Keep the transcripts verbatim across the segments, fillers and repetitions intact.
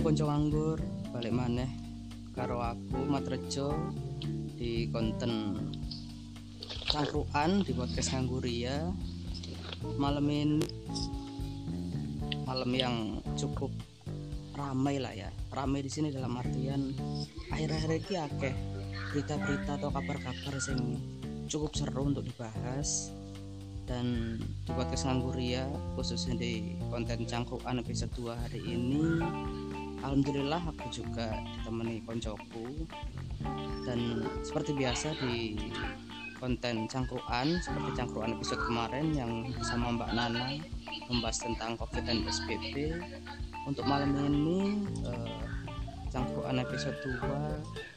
konco nganggur, balik maneh karo aku Matrejo di konten cangkruan di podcast Ngangguria. Malam ini malam yang cukup ramai lah ya. Ramai di sini dalam artian akhir-akhir ini akeh berita-berita atau kabar-kabar yang cukup seru untuk dibahas. Dan di podcast Ngangguria khususnya di konten cangkruan episode dua hari ini, alhamdulillah aku juga ditemani koncoku. Dan seperti biasa di konten cangkruan seperti cangkruan episode kemarin yang bersama Mbak Nana membahas tentang COVID dan S P B, untuk malam ini eh, cangkruan episode dua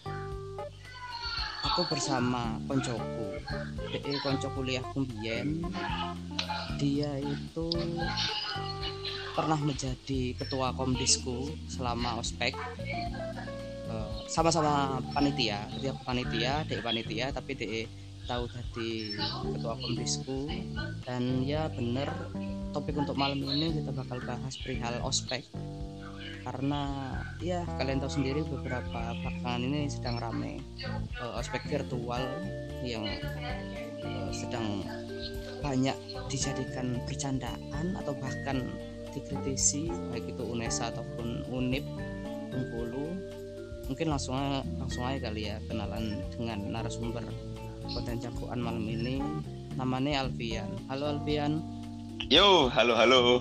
aku bersama koncoku, de konco kuliah kumbien. Dia itu pernah menjadi ketua komdisku selama ospek, uh, sama-sama panitia. Dia panitia, de panitia, tapi de tahu tadi ketua komdisku. Dan ya bener, topik untuk malam ini kita bakal bahas perihal ospek. Karena ya kalian tahu sendiri beberapa belakangan ini sedang ramai uh, ospek virtual yang uh, sedang banyak dijadikan bercandaan atau bahkan dikritisi, baik itu UNESA ataupun UNIP Bengkulu. Mungkin langsung langsung aja kali ya kenalan dengan narasumber konten cangkruan malam ini. Namanya Alfian. Halo Alfian. Yo, halo halo.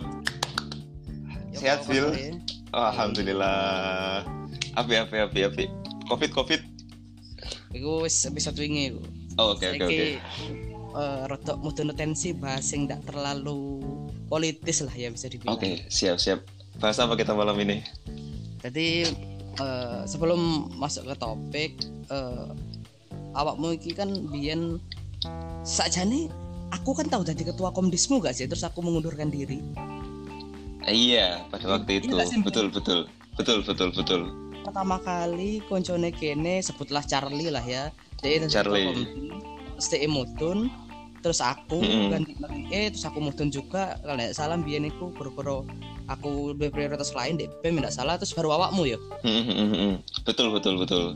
Yo, sehat Phil? Oh, alhamdulillah. Api api api api. Covid covid. Iku wis episode wingi. Oh, oke oke oke. Eh rodok mudun tensi bahas sing ndak terlalu politis lah ya bisa dibilang. Oke, okay, siap siap. Bahas apa kita malam ini? Jadi uh, sebelum masuk ke topik, uh, awakmu iki kan biyen sakjane aku kan tahu jadi ketua komdismu gak sih, terus aku mengundurkan diri. Eh, iya, pada waktu itu. Betul betul. Betul betul betul. Pertama kali koncone kene sebutlah Charlie lah ya. Dia Charlie. Stay mudun, terus aku mm-hmm. ganti eh terus aku mudun juga. Kalau nggak salah biyen iku boro-boro aku lebih prioritas lain deh, P M nggak salah, terus baru awakmu ya. Mm-hmm. Betul betul betul.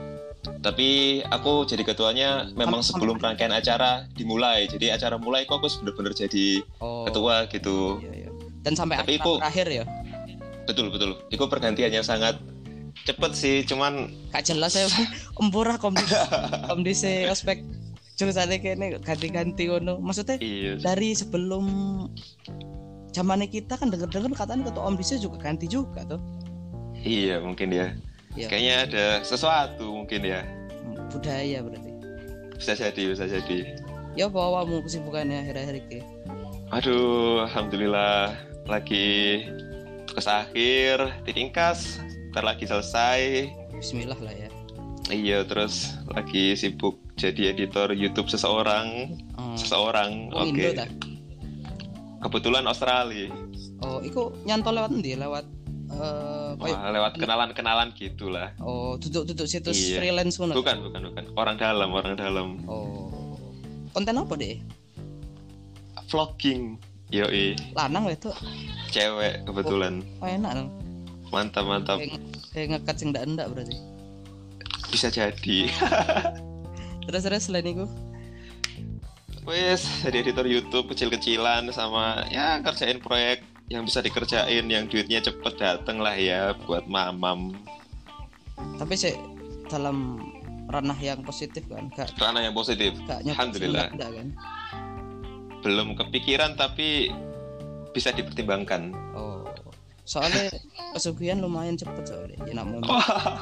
Tapi aku jadi ketuanya memang sampai, sebelum sampai rangkaian acara dimulai. Jadi acara mulai kok aku benar-benar jadi oh, ketua gitu. Iya, iya. Dan sampai tapi akhir, iku, terakhir ya. Betul betul. Itu pergantiannya sangat cepet sih, cuman gak jelas ya. Empurah komdis komdis ospek jurusannya kayaknya ganti-ganti ngono. Maksudnya iya, dari sebelum zamannya kita kan denger-denger katanya ketua komdisnya juga ganti juga tuh. Iya mungkin ya. Ya. Kayaknya ada sesuatu mungkin ya. Budaya berarti. Bisa jadi, bisa jadi. Ya bawamu kesibukannya akhir-akhir ini. Aduh, alhamdulillah lagi tugas akhir, ditingkas, ntar lagi selesai. Bismillah lah ya. Iya, terus lagi sibuk jadi editor YouTube seseorang, hmm. seseorang. Oh, Oke. Okay. Kebetulan Australia. Oh, itu nyantol lewat ndi? Lewat Uh, Wah, lewat kenalan-kenalan gitulah. Oh, duduk-duduk situs iya. freelance mana? Bukan, bukan, bukan. Orang dalam, orang dalam. Oh. Konten apa deh? Vlogging. Yoi. Lanang itu? Cewek kebetulan. Oh, oh enak. Mantap, mantap. Kayak, kayak ngekat sing ndak-ndak berarti. Bisa jadi. Terus-terus selain itu? Wes, jadi editor YouTube kecil-kecilan sama ya kerjain proyek yang bisa dikerjain, yang duitnya cepet dateng lah ya buat mamam. Tapi sih dalam ranah yang positif kan? Gak, ranah yang positif. Gak alhamdulillah. Enggak, kan? Belum kepikiran tapi bisa dipertimbangkan. Oh, soalnya pesugihan lumayan cepet soalnya. Ya nak mau.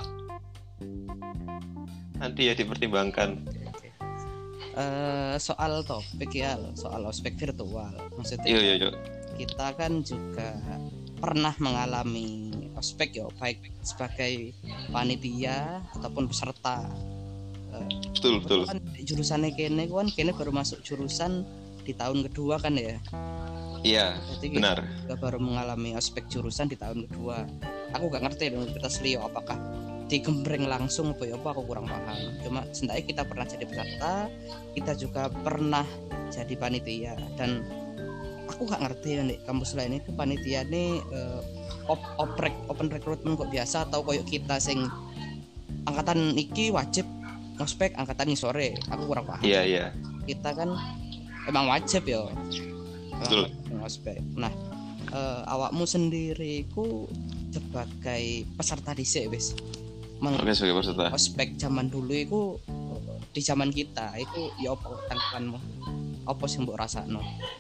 Nanti ya dipertimbangkan. Uh, soal topik ya, soal ospek virtual. Maksudnya. Iya iya iya. Kita kan juga pernah mengalami ospek ya, baik sebagai panitia ataupun peserta. Betul betul. Kan jurusannya kene kan kene baru masuk jurusan di tahun kedua kan ya. Iya. Jadi benar. Kita baru mengalami ospek jurusan di tahun kedua. Aku gak ngerti dong kita selio apakah digembreng langsung apa ya, apa aku kurang paham. Cuma setidaknya kita pernah jadi peserta, kita juga pernah jadi panitia, dan aku gak ngerti ya nih kampus lain itu panitia nih uh, op, oprek open recruitment kok biasa atau koyo kita sing angkatan iki wajib ngospek angkatan ini sore, aku kurang paham. Iya iya. Kita kan emang wajib ya. Betul. Ngospek. Nah, uh, awakmu sendiri ku sebagai peserta dhisik wis. Oke, sebagai peserta. Ospek zaman dulu itu di zaman kita itu ya apa tanggapanmu? Apa sing mbok rasakno?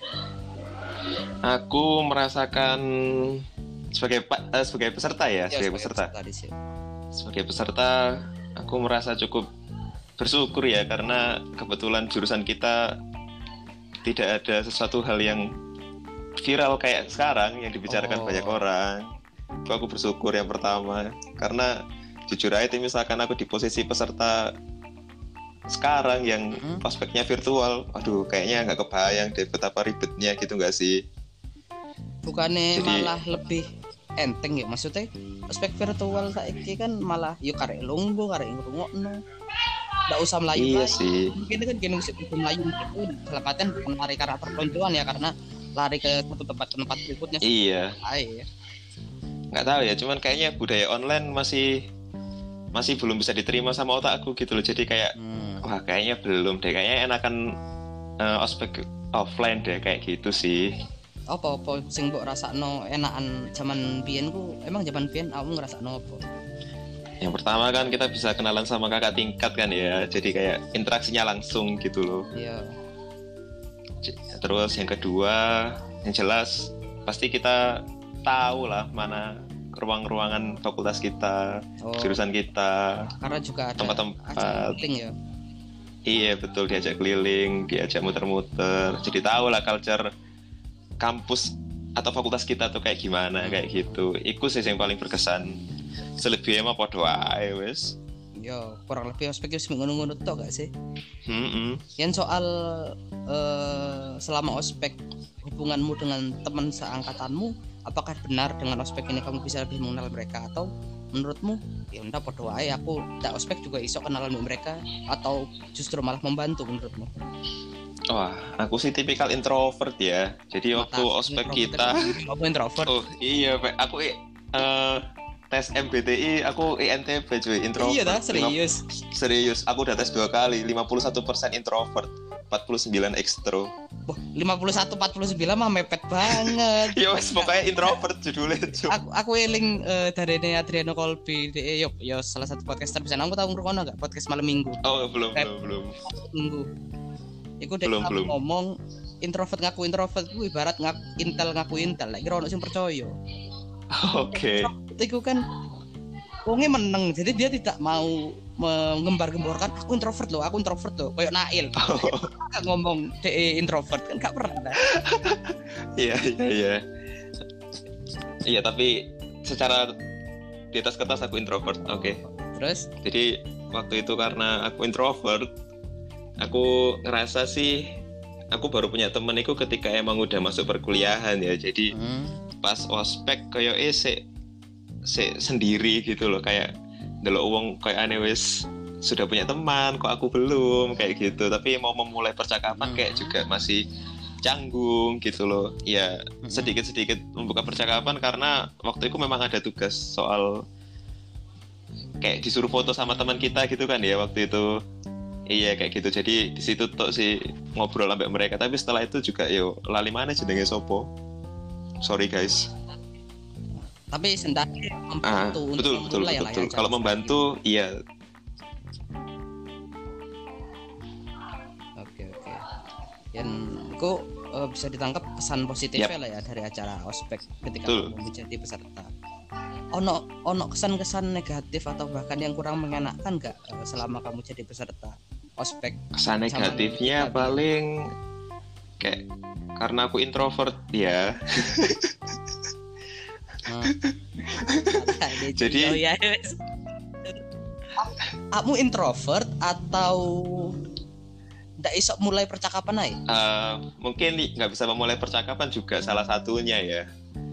Aku merasakan sebagai uh, sebagai peserta ya, ya sebagai, sebagai peserta. peserta sebagai peserta, aku merasa cukup bersyukur ya karena kebetulan jurusan kita tidak ada sesuatu hal yang viral kayak sekarang yang dibicarakan oh. banyak orang. Itu aku bersyukur yang pertama karena jujur aja misalkan aku di posisi peserta sekarang yang hmm? ospeknya virtual, aduh kayaknya nggak kebayang deh betapa ribetnya gitu nggak sih? Bukannya Jadi, malah lebih enteng ya, maksudnya ospek virtual saiki kan malah yuk karek lungguh karek ngrungokno, nggak usah melayu. Iya sih. Mungkin kan gini sih melayu itu kelepatan bukan lari karena perpeloncoan ya, karena lari ke satu tempat ke tempat berikutnya. Iya. Ay, ya. Nggak tahu ya, cuman kayaknya budaya online masih masih belum bisa diterima sama otakku gitu loh. Jadi kayak hmm. wah kayaknya belum deh, kayaknya enakan uh, ospek offline deh kayak gitu sih. Apa-apa sing mbok rasakno enakan zaman biyen ku, emang zaman biyen aku ngrasakno apa? Yang pertama kan kita bisa kenalan sama kakak tingkat kan ya, jadi kayak interaksinya langsung gitu loh. Iya. Terus yang kedua, yang jelas pasti kita tahu lah mana ruang-ruangan fakultas kita, oh, jurusan kita, karena juga ada tempat-tempat ya. Iya betul, diajak keliling, diajak muter-muter, jadi tahu lah culture kampus atau fakultas kita tuh kayak gimana, kayak gitu. Iku sih yang paling berkesan. Selebihnya mah podo ae wis. Yo, kurang lebih ospek wis ngono-ngono tok gak sih? Heeh. Yang soal uh, selama ospek hubunganmu dengan teman seangkatanmu, apakah benar dengan ospek ini kamu bisa lebih mengenal mereka, atau menurutmu ya udah podo ae aku tak ospek juga iso kenalan dengan mereka, atau justru malah membantu menurutmu? Wah, aku sih tipikal introvert ya. Jadi Mata, waktu ospek kita, aku introvert. Oh iya, aku uh, tes M B T I, aku I N T P cuy, introvert. Iya dah, serius. lima, serius, aku udah tes dua kali, lima puluh satu persen introvert, empat puluh sembilan ekstro. Wah, lima puluh satu empat puluh sembilan mah mepet banget. Ya wes pokoknya introvert judulnya cuy. Aku aku eling uh, dari Adriano Colby, de, yo, yo salah satu podcaster bisa. Kamu tahu ngrungokno enggak podcast malam Minggu? Oh, belum, Rep, belum, belum. Minggu. Iku dek aku ngomong introvert ngaku introvert ku ibarat ngaku intel ngaku intel, lek kira ono sing percaya. Oke. Okay. Iku kan wonge meneng, jadi dia tidak mau mengembar-gemborkan aku introvert loh, aku introvert loh, kayak Nail. Oh. Ngomong dek introvert kan gak pernah. Iya, iya, iya. Iya, tapi secara di atas kertas aku introvert. Oke. Okay. Terus? Jadi waktu itu karena aku introvert, aku ngerasa sih aku baru punya temen itu ketika emang udah masuk perkuliahan ya. Jadi hmm. pas ospek kayak eh se, se sendiri gitu loh, kayak delok wong kayak aneh wis sudah punya teman kok aku belum kayak gitu. Tapi mau memulai percakapan hmm. kayak juga masih canggung gitu loh. Ya hmm. sedikit-sedikit membuka percakapan karena waktu itu memang ada tugas soal kayak disuruh foto sama teman kita gitu kan ya waktu itu. Iya kayak gitu, jadi di situ tuh sih ngobrol sampai mereka, tapi setelah itu juga yo lali mana jenenge sopo, sorry guys. Tapi sendiri membantu ah, untuk betul betul betul, betul. Kalau membantu iya. Oke oke. Yang aku uh, bisa ditangkap kesan positifnya yep. lah ya dari acara ospek ketika betul. kamu menjadi peserta. Ono ono kesan-kesan negatif atau bahkan yang kurang mengenakan nggak uh, selama kamu jadi peserta ospek? Kesan negatifnya paling kayak karena aku introvert ya. hmm. Jadi oh, ya. Kamu introvert atau nggak iso mulai percakapan aja? Uh, mungkin nggak bisa memulai percakapan juga salah satunya ya.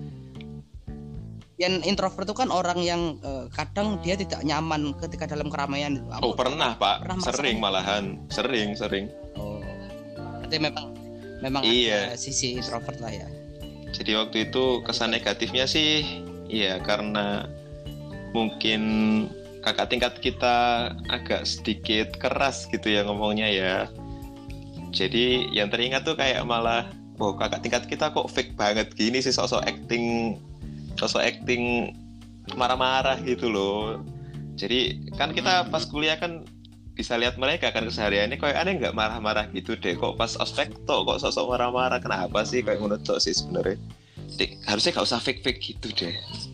Yang introvert itu kan orang yang uh, kadang dia tidak nyaman ketika dalam keramaian. Oh pernah pak, pernah sering malahan, sering sering. Oh, berarti memang memang Iya. ada sisi introvert lah ya. Jadi waktu itu kesan negatifnya sih ya karena mungkin kakak tingkat kita agak sedikit keras gitu ya ngomongnya ya. Jadi yang teringat tuh kayak malah oh kakak tingkat kita kok fake banget gini sih, sosok acting sosok acting marah-marah gitu loh. Jadi kan kita pas kuliah kan bisa lihat mereka kan kesehariannya kayak aneh nggak marah-marah gitu deh, kok pas ospek tuh kok sosok marah-marah, kenapa sih kayak ngono tuh sih sebenarnya. Harusnya gak usah fake-fake gitu deh.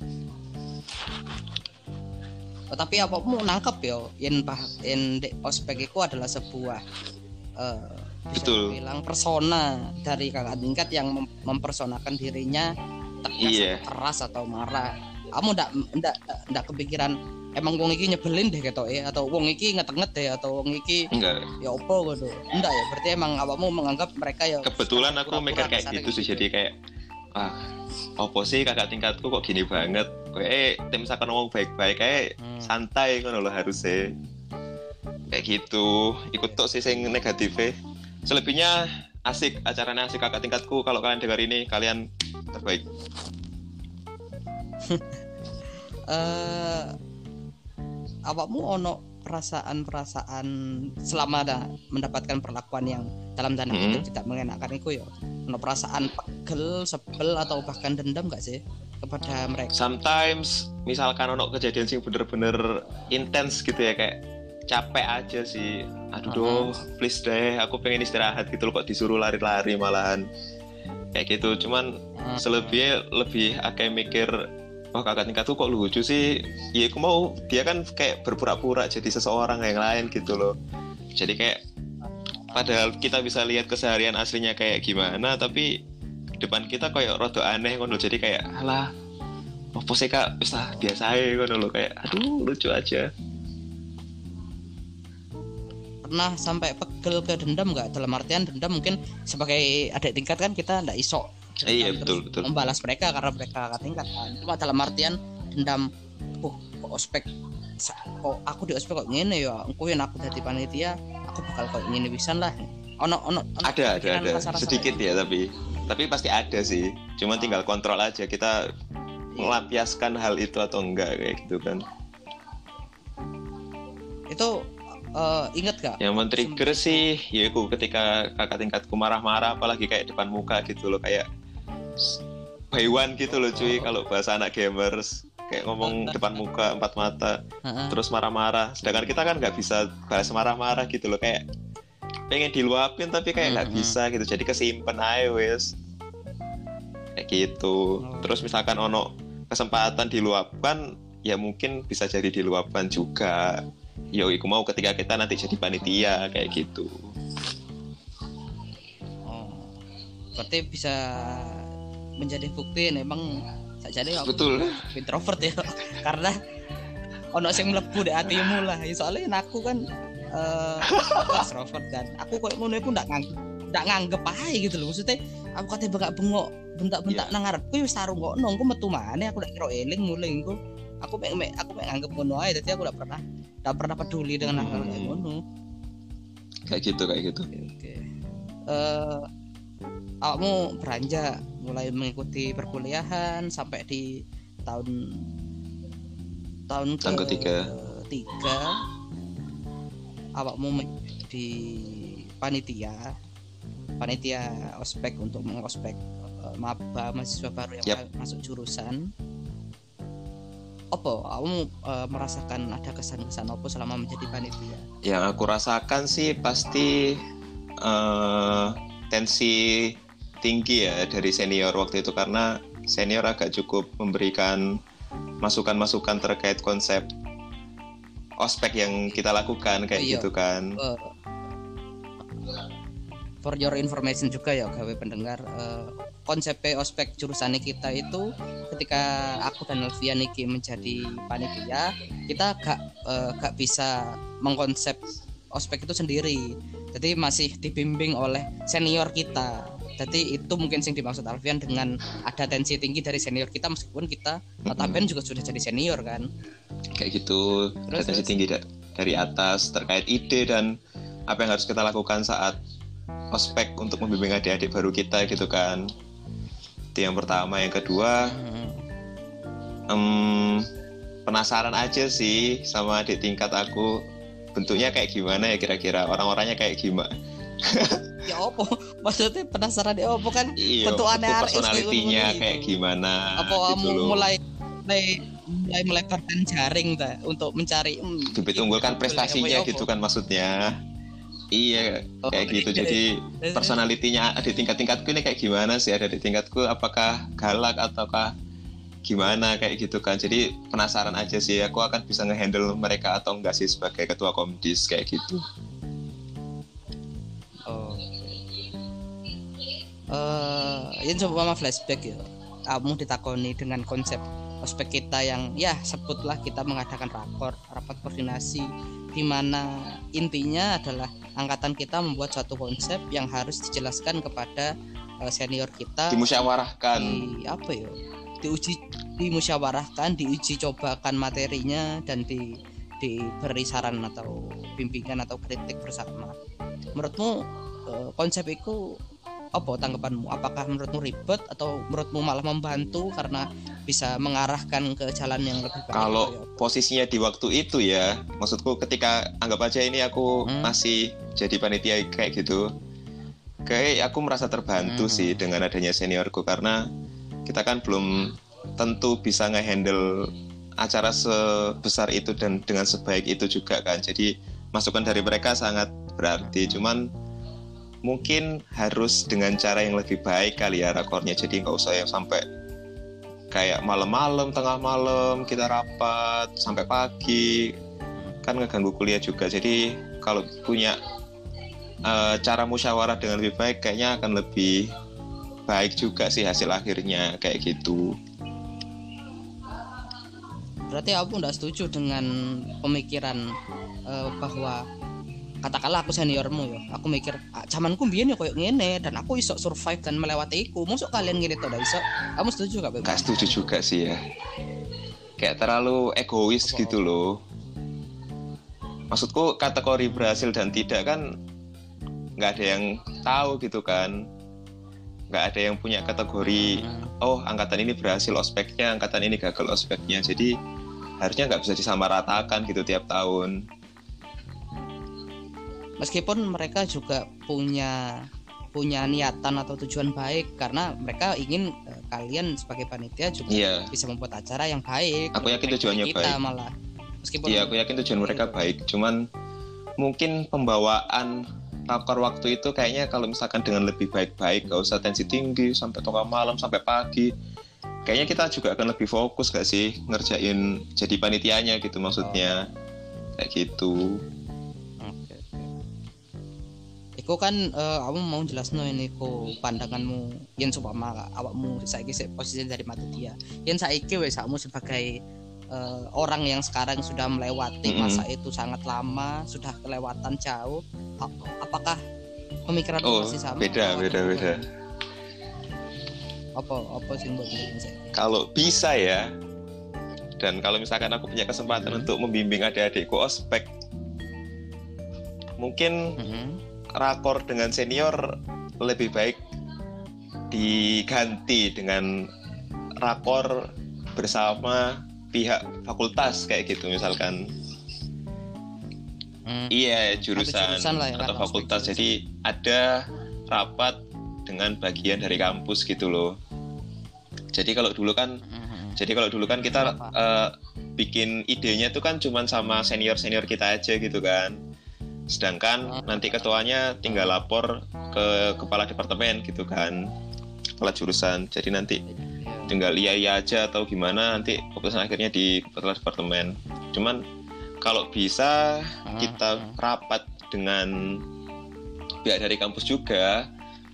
Oh, tapi apa mau nangkep yo yang bah yang di ospek itu adalah sebuah uh, bisa Betul. bilang persona dari kakak tingkat yang mem- mempersonakan dirinya tegas Iya. atau keras atau marah. Kamu ndak ndak ndak kepikiran emang wong iki nyebelin deh ketok ya, atau wong iki ngetenget deh, atau wong iki enggak ya opo gitu. Enggak ya, berarti emang awakmu menganggap mereka ya kebetulan aku pura-pura mikir kayak kasarnya gitu sih, jadi kayak ah opo sih kakak tingkatku kok gini banget, kayak eh tim misalkan ngomong baik-baik kayak Hmm. santai kan loh harusnya kayak gitu. Ikut tok sih yang negatifnya, selebihnya asik, acaranya asik kakak tingkatku. Kalau kalian dengar ini kalian terbaik. eh awakmu ono perasaan-perasaan selama ada mendapatkan perlakuan yang dalam tanda Mm-hmm. kutip tidak mengenakan itu ya, ono perasaan pegel, sebel atau bahkan dendam gak sih kepada mereka? Sometimes misalkan ono kejadian sing bener-bener intens gitu ya, kayak capek aja sih, aduh doh please deh aku pengen istirahat gitu loh, kok disuruh lari-lari malahan kayak gitu. Cuman Hmm. selebihnya lebih akeh mikir wah kakak tingkatku kok lucu sih, ya aku mau dia kan kayak berpura-pura jadi seseorang yang lain gitu loh. Jadi kayak padahal kita bisa lihat keseharian aslinya kayak gimana, tapi depan kita kayak rada aneh kan loh. Jadi kayak alah apa sih kak, bisa biasa aja kan loh, kayak aduh lucu aja. Pernah sampai pegel ke dendam nggak? Dalam artian dendam mungkin sebagai adik tingkat kan kita nggak iso Eh, iya terus betul betul. membalas mereka karena mereka kakak tingkat kan. Cuma dalam artian dendam, oh kok ospek sa- kok aku di ospek kok ngene ya, engko yen aku dadi panitia aku bakal kok ngene pisan lah. Ono ono, ono Ada ada pikiran ada rasa-rasa sedikit kayak ya, tapi tapi pasti ada sih. Cuman tinggal kontrol aja kita melampiaskan hal itu atau enggak kayak gitu kan. itu. Uh, ingat gak? Yang men-trigger sih yaitu ketika kakak tingkatku marah-marah, apalagi kayak depan muka gitu loh, kayak by one gitu loh cuy, kalau bahasa anak gamers kayak ngomong depan muka empat mata Uh-huh. terus marah-marah, sedangkan kita kan nggak bisa balas marah-marah gitu loh, kayak pengen diluapin tapi kayak nggak Mm-hmm. bisa gitu, jadi kesimpen aja wes kayak gitu. Terus misalkan ono kesempatan diluapkan ya mungkin bisa jadi diluapkan juga. Yo, iku mau ketika kita nanti jadi panitia kayak gitu. Oh, berarti bisa menjadi bukti memang sajane aku Betul. introvert ya karena ono sing mlebu di hatimu lah. Soalnya aku kan eh extrovert kan. Aku koyo ngono iku ndak nganggep ndak nganggep ae gitu loh. Maksudnya aku kate bengak-bengok, bentak-bentak nang ngarepku wis tarungokno, engko metu maneh aku ndak kira eling mulai engko. Aku mek mek aku mek nganggep ngono ae, dadi aku ndak pernah ndak pernah peduli dengan hal kayak ngono. Kayak gitu kayak gitu. Oke. oke. Eh awakmu beranjak mulai mengikuti perkuliahan sampai di tahun tahun ke Tahun ketiga. tiga awakmu menjadi panitia panitia ospek untuk mengospek uh, maba mahasiswa baru yang Yap. masuk jurusan. Apa kamu uh, merasakan ada kesan-kesan apa selama menjadi panitia? Yang aku rasakan sih pasti uh, tensi tinggi ya dari senior waktu itu, karena senior agak cukup memberikan masukan-masukan terkait konsep ospek yang kita lakukan kayak Oh, iya. gitu kan. Uh, for your information juga ya gawe pendengar, uh, konsep ospek jurusan kita itu ketika aku dan Alfian iki menjadi panitia, kita gak uh, gak bisa mengkonsep ospek itu sendiri. Jadi masih dibimbing oleh senior kita. Jadi itu mungkin yang dimaksud Alfian dengan ada tensi tinggi dari senior kita, meskipun kita notabene juga sudah jadi senior kan. Kayak gitu, Terus, tensi terus? tinggi da- dari atas terkait ide dan apa yang harus kita lakukan saat ospek untuk membimbing adik-adik baru kita gitu kan. Itu yang pertama. Yang kedua, um, penasaran aja sih sama adik tingkat aku, bentuknya kayak gimana ya kira-kira, orang-orangnya kayak gimana. Ya opo, maksudnya penasaran ya opo kan? Iya, bentuk aneh personalitinya kayak gimana apa gitu loh. mulai mulai mulai melebarkan jaring ta untuk mencari hmm, Bibit unggul kan prestasinya gitu kan maksudnya. Iya, oh, kayak gitu. iya. Jadi personalitinya adik tingkat-tingkatku ini kayak gimana sih? Ada di tingkatku apakah galak ataukah gimana kayak gitu kan. Jadi penasaran aja sih, aku akan bisa ngehandle mereka atau enggak sih sebagai ketua komdis kayak gitu. Oh. Uh, ini coba mama flashback ya. Kamu ditakoni dengan konsep ospek kita yang ya sebutlah kita mengadakan rakor, rapat koordinasi, di mana intinya adalah angkatan kita membuat suatu konsep yang harus dijelaskan kepada uh, senior kita, dimusyawarahkan, di apa ya, diuji, dimusyawarahkan, diuji cobakan materinya dan di diberi saran atau bimbingan atau kritik bersama. Menurutmu uh, konsep itu apa tanggapanmu? Apakah menurutmu ribet atau menurutmu malah membantu karena bisa mengarahkan ke jalan yang lebih baik? Kalau ya, posisinya di waktu itu ya, maksudku ketika anggap aja ini aku hmm. masih jadi panitia kayak gitu, kayak aku merasa terbantu hmm. sih dengan adanya seniorku, karena kita kan belum tentu bisa ngehandle acara sebesar itu dan dengan sebaik itu juga kan. Jadi masukan dari mereka sangat berarti, cuman mungkin harus dengan cara yang lebih baik kali ya rakornya. Jadi nggak usah yang sampai kayak malam-malam, tengah malam kita rapat sampai pagi, kan ngeganggu kuliah juga. Jadi kalau punya uh, cara musyawarah dengan lebih baik, kayaknya akan lebih baik juga sih hasil akhirnya kayak gitu. Berarti aku nggak setuju dengan pemikiran uh, bahwa katakanlah aku seniormu ya, aku mikir ah, zamanku mbiyen ya koyo ngene dan aku iso survive dan melewati iku. Mosok kalian ngene tok ndak iso? Kamu setuju gak, Bang? Gak setuju juga sih ya. Kayak terlalu egois apa, gitu apa? Loh. Maksudku kategori berhasil dan tidak kan nggak ada yang tahu gitu kan. Nggak ada yang punya kategori hmm. oh angkatan ini berhasil ospeknya, angkatan ini gagal ospeknya. Jadi harusnya nggak bisa disamaratakan gitu tiap tahun. Meskipun mereka juga punya punya niatan atau tujuan baik, karena mereka ingin uh, kalian sebagai panitia juga yeah. bisa membuat acara yang baik. Aku yakin tujuannya kita baik. Malah. Meskipun iya, aku yakin tujuan mereka baik. Cuman mungkin pembawaan rakor waktu itu kayaknya kalau misalkan dengan lebih baik-baik, gak usah tensi tinggi sampai tengah malam sampai pagi. Kayaknya kita juga akan lebih fokus gak sih ngerjain jadi panitianya gitu maksudnya. Oh. Kayak gitu. Iku kan uh, kamu mau jelasno ini ku pandanganmu yen supama awakmu saiki posisi dari panitia. Yen saiki wis kamu sebagai uh, orang yang sekarang sudah melewati mm-hmm. masa itu sangat lama, sudah kelewatan jauh. Apakah pemikiranmu oh, masih sama? Beda, beda, beda. Apa apa sih mbok bilang? Kalau bisa ya. Dan kalau misalkan aku punya kesempatan mm-hmm. untuk membimbing adik-adikku ospek, mungkin mm-hmm. rakor dengan senior lebih baik diganti dengan rakor bersama pihak fakultas kayak gitu misalkan. Hmm. Iya jurusan, jurusan ya, atau fakultas. Jadi ada rapat dengan bagian dari kampus gitu loh. Jadi kalau dulu kan, hmm. jadi kalau dulu kan kita uh, bikin idenya tuh kan cuman sama senior senior kita aja gitu kan. Sedangkan nanti ketuanya tinggal lapor ke kepala departemen gitu kan, kepala jurusan. Jadi nanti tinggal iya-iya aja atau gimana, nanti keputusan akhirnya di kepala departemen. Cuman kalau bisa kita rapat dengan pihak dari kampus juga,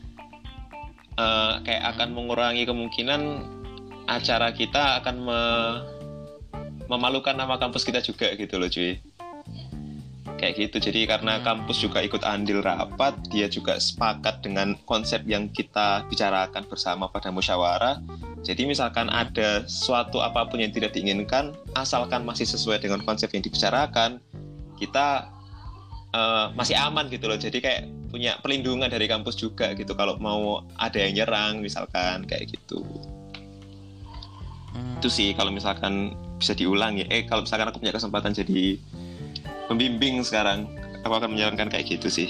uh, kayak akan mengurangi kemungkinan acara kita akan me- memalukan nama kampus kita juga gitu loh cuy. Kayak gitu. Jadi karena kampus juga ikut andil rapat, dia juga sepakat dengan konsep yang kita bicarakan bersama pada musyawarah. Jadi misalkan ada suatu apapun yang tidak diinginkan, asalkan masih sesuai dengan konsep yang dibicarakan, kita uh, masih aman gitu loh. Jadi kayak punya perlindungan dari kampus juga gitu kalau mau ada yang nyerang misalkan kayak gitu. Hmm. Itu sih kalau misalkan bisa diulang ya. Eh kalau misalkan aku punya kesempatan jadi pembimbing sekarang, aku akan menyarankan kayak gitu sih.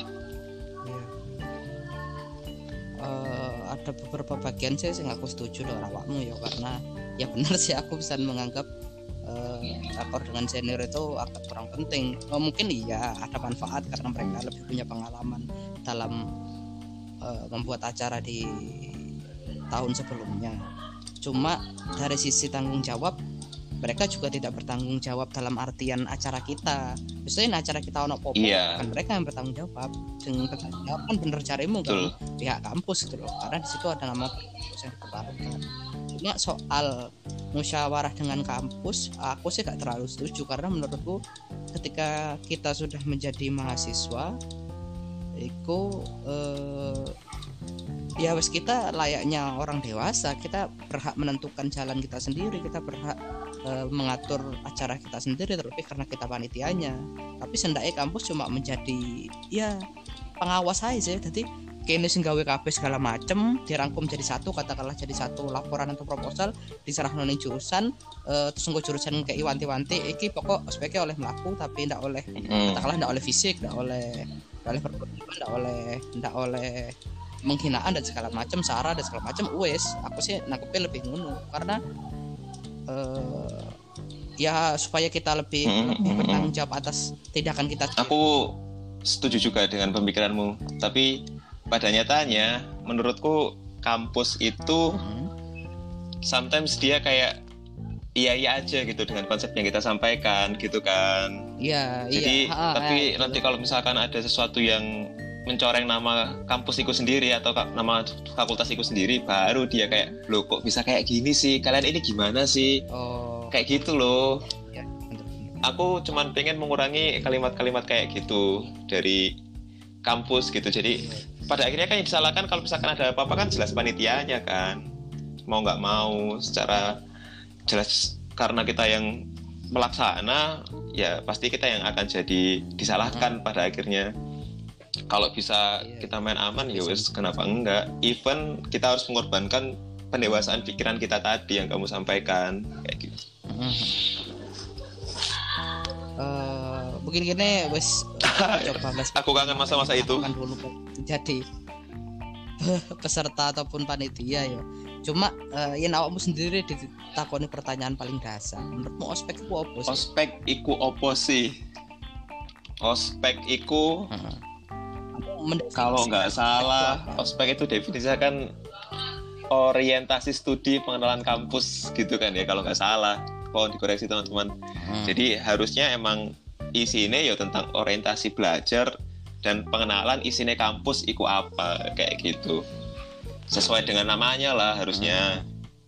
Uh, ada beberapa bagian sih yang aku setuju dengan awakmu ya, karena ya benar sih aku bisa menganggap uh, rakor dengan senior itu agak kurang penting. Oh, mungkin iya ada manfaat karena mereka lebih punya pengalaman dalam uh, membuat acara di tahun sebelumnya. Cuma dari sisi tanggung jawab, mereka juga tidak bertanggung jawab dalam artian acara kita. Misalnya acara kita ono popo, iya. kan mereka yang bertanggung jawab. Dengan bertanggung jawab kan bener carimu kan pihak kampus gitu loh. Karena di situ ada nama kampus yang dipertaruhkan. Cuma soal musyawarah dengan kampus, aku sih gak terlalu setuju karena menurutku ketika kita sudah menjadi mahasiswa, itu eh, ya wes kita layaknya orang dewasa, kita berhak menentukan jalan kita sendiri, kita berhak e, mengatur acara kita sendiri, terlebih karena kita panitianya. Tapi sendaknya kampus cuma menjadi ya pengawas aja sih. Jadi kene sing gawe kabeh segala macem dirangkum jadi satu, katakanlah jadi satu laporan atau proposal diserahno ning jurusan, e, terus nggo jurusan kayak wanti-wanti iki pokok ospeknya oleh melaku tapi ndak oleh mm. katakanlah ndak oleh fisik, ndak oleh ndak oleh perkuliahan, ndak oleh ndak oleh menghinaan dan segala macam, sara dan segala macam. Wes aku sih nangkepnya lebih ngono karena uh, ya supaya kita lebih hmm, lebih bertanggung jawab atas tindakan kita. Aku setuju juga dengan pemikiranmu, tapi pada nyatanya menurutku kampus itu hmm. sometimes dia kayak iya iya aja gitu dengan konsep yang kita sampaikan gitu kan. Iya. Jadi iya. Ha, tapi ha, nanti kalau misalkan ada sesuatu yang mencoreng nama kampus itu sendiri atau nama fakultas itu sendiri, baru dia kayak, loh kok bisa kayak gini sih, kalian ini gimana sih, oh. kayak gitu loh. Ya, aku cuman pengen mengurangi kalimat-kalimat kayak gitu dari kampus gitu. Jadi pada akhirnya kan yang disalahkan kalau misalkan ada apa-apa kan jelas panitianya kan, mau nggak mau secara jelas karena kita yang melaksana ya pasti kita yang akan jadi disalahkan hmm. pada akhirnya. Kalau bisa kita main aman ya wes kenapa enggak. Even kita harus mengorbankan pendewasaan pikiran kita tadi yang kamu sampaikan kayak gitu. Uh, mungkin gini wes coba mas. Aku kangen masa-masa itu. Dulu jadi peserta ataupun panitia ya. Cuma uh, ya awakmu sendiri ditakoni pertanyaan paling dasar. Menurutmu ospek iku opo sih? Ospek iku opo sih? Ospek iku uh-huh. Kalau nggak salah, ospek itu definisikan orientasi studi pengenalan kampus gitu kan ya kalau nggak salah. Mohon dikoreksi teman-teman. Hmm. Jadi harusnya emang isinya ya tentang orientasi belajar dan pengenalan isinya kampus iku apa kayak gitu. Sesuai dengan namanya lah harusnya.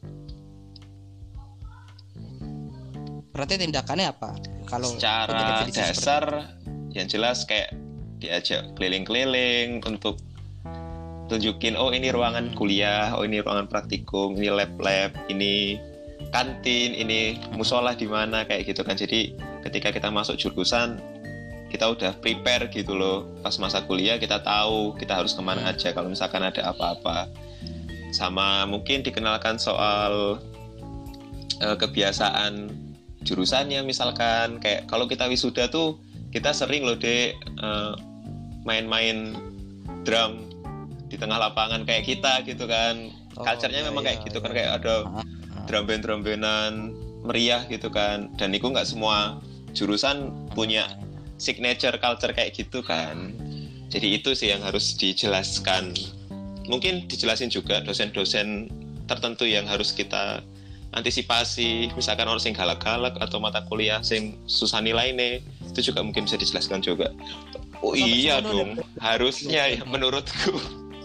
Berarti tindakannya apa? Kalau secara dasar yang jelas kayak diajak keliling-keliling untuk tunjukin oh ini ruangan kuliah, oh ini ruangan praktikum, ini lab-lab, ini kantin, ini musola di mana kayak gitu kan. Jadi ketika kita masuk jurusan kita udah prepare gitu loh. Pas masa kuliah kita tahu kita harus kemana aja kalau misalkan ada apa-apa. Sama mungkin dikenalkan soal uh, kebiasaan jurusannya misalkan kayak kalau kita wisuda tuh kita sering loh deh uh, main-main drum di tengah lapangan kayak kita gitu kan. Oh, culture-nya memang iya, kayak gitu iya. Kan kayak ada drum band drum bandan meriah gitu kan. Dan itu nggak semua jurusan punya signature culture kayak gitu kan. Jadi itu sih yang harus dijelaskan. Mungkin dijelasin juga dosen-dosen tertentu yang harus kita antisipasi. Misalkan orang sing galak-galak atau mata kuliah sing susah nilainya, itu juga mungkin bisa dijelaskan juga. Oh iya dong, harusnya ya menurutku.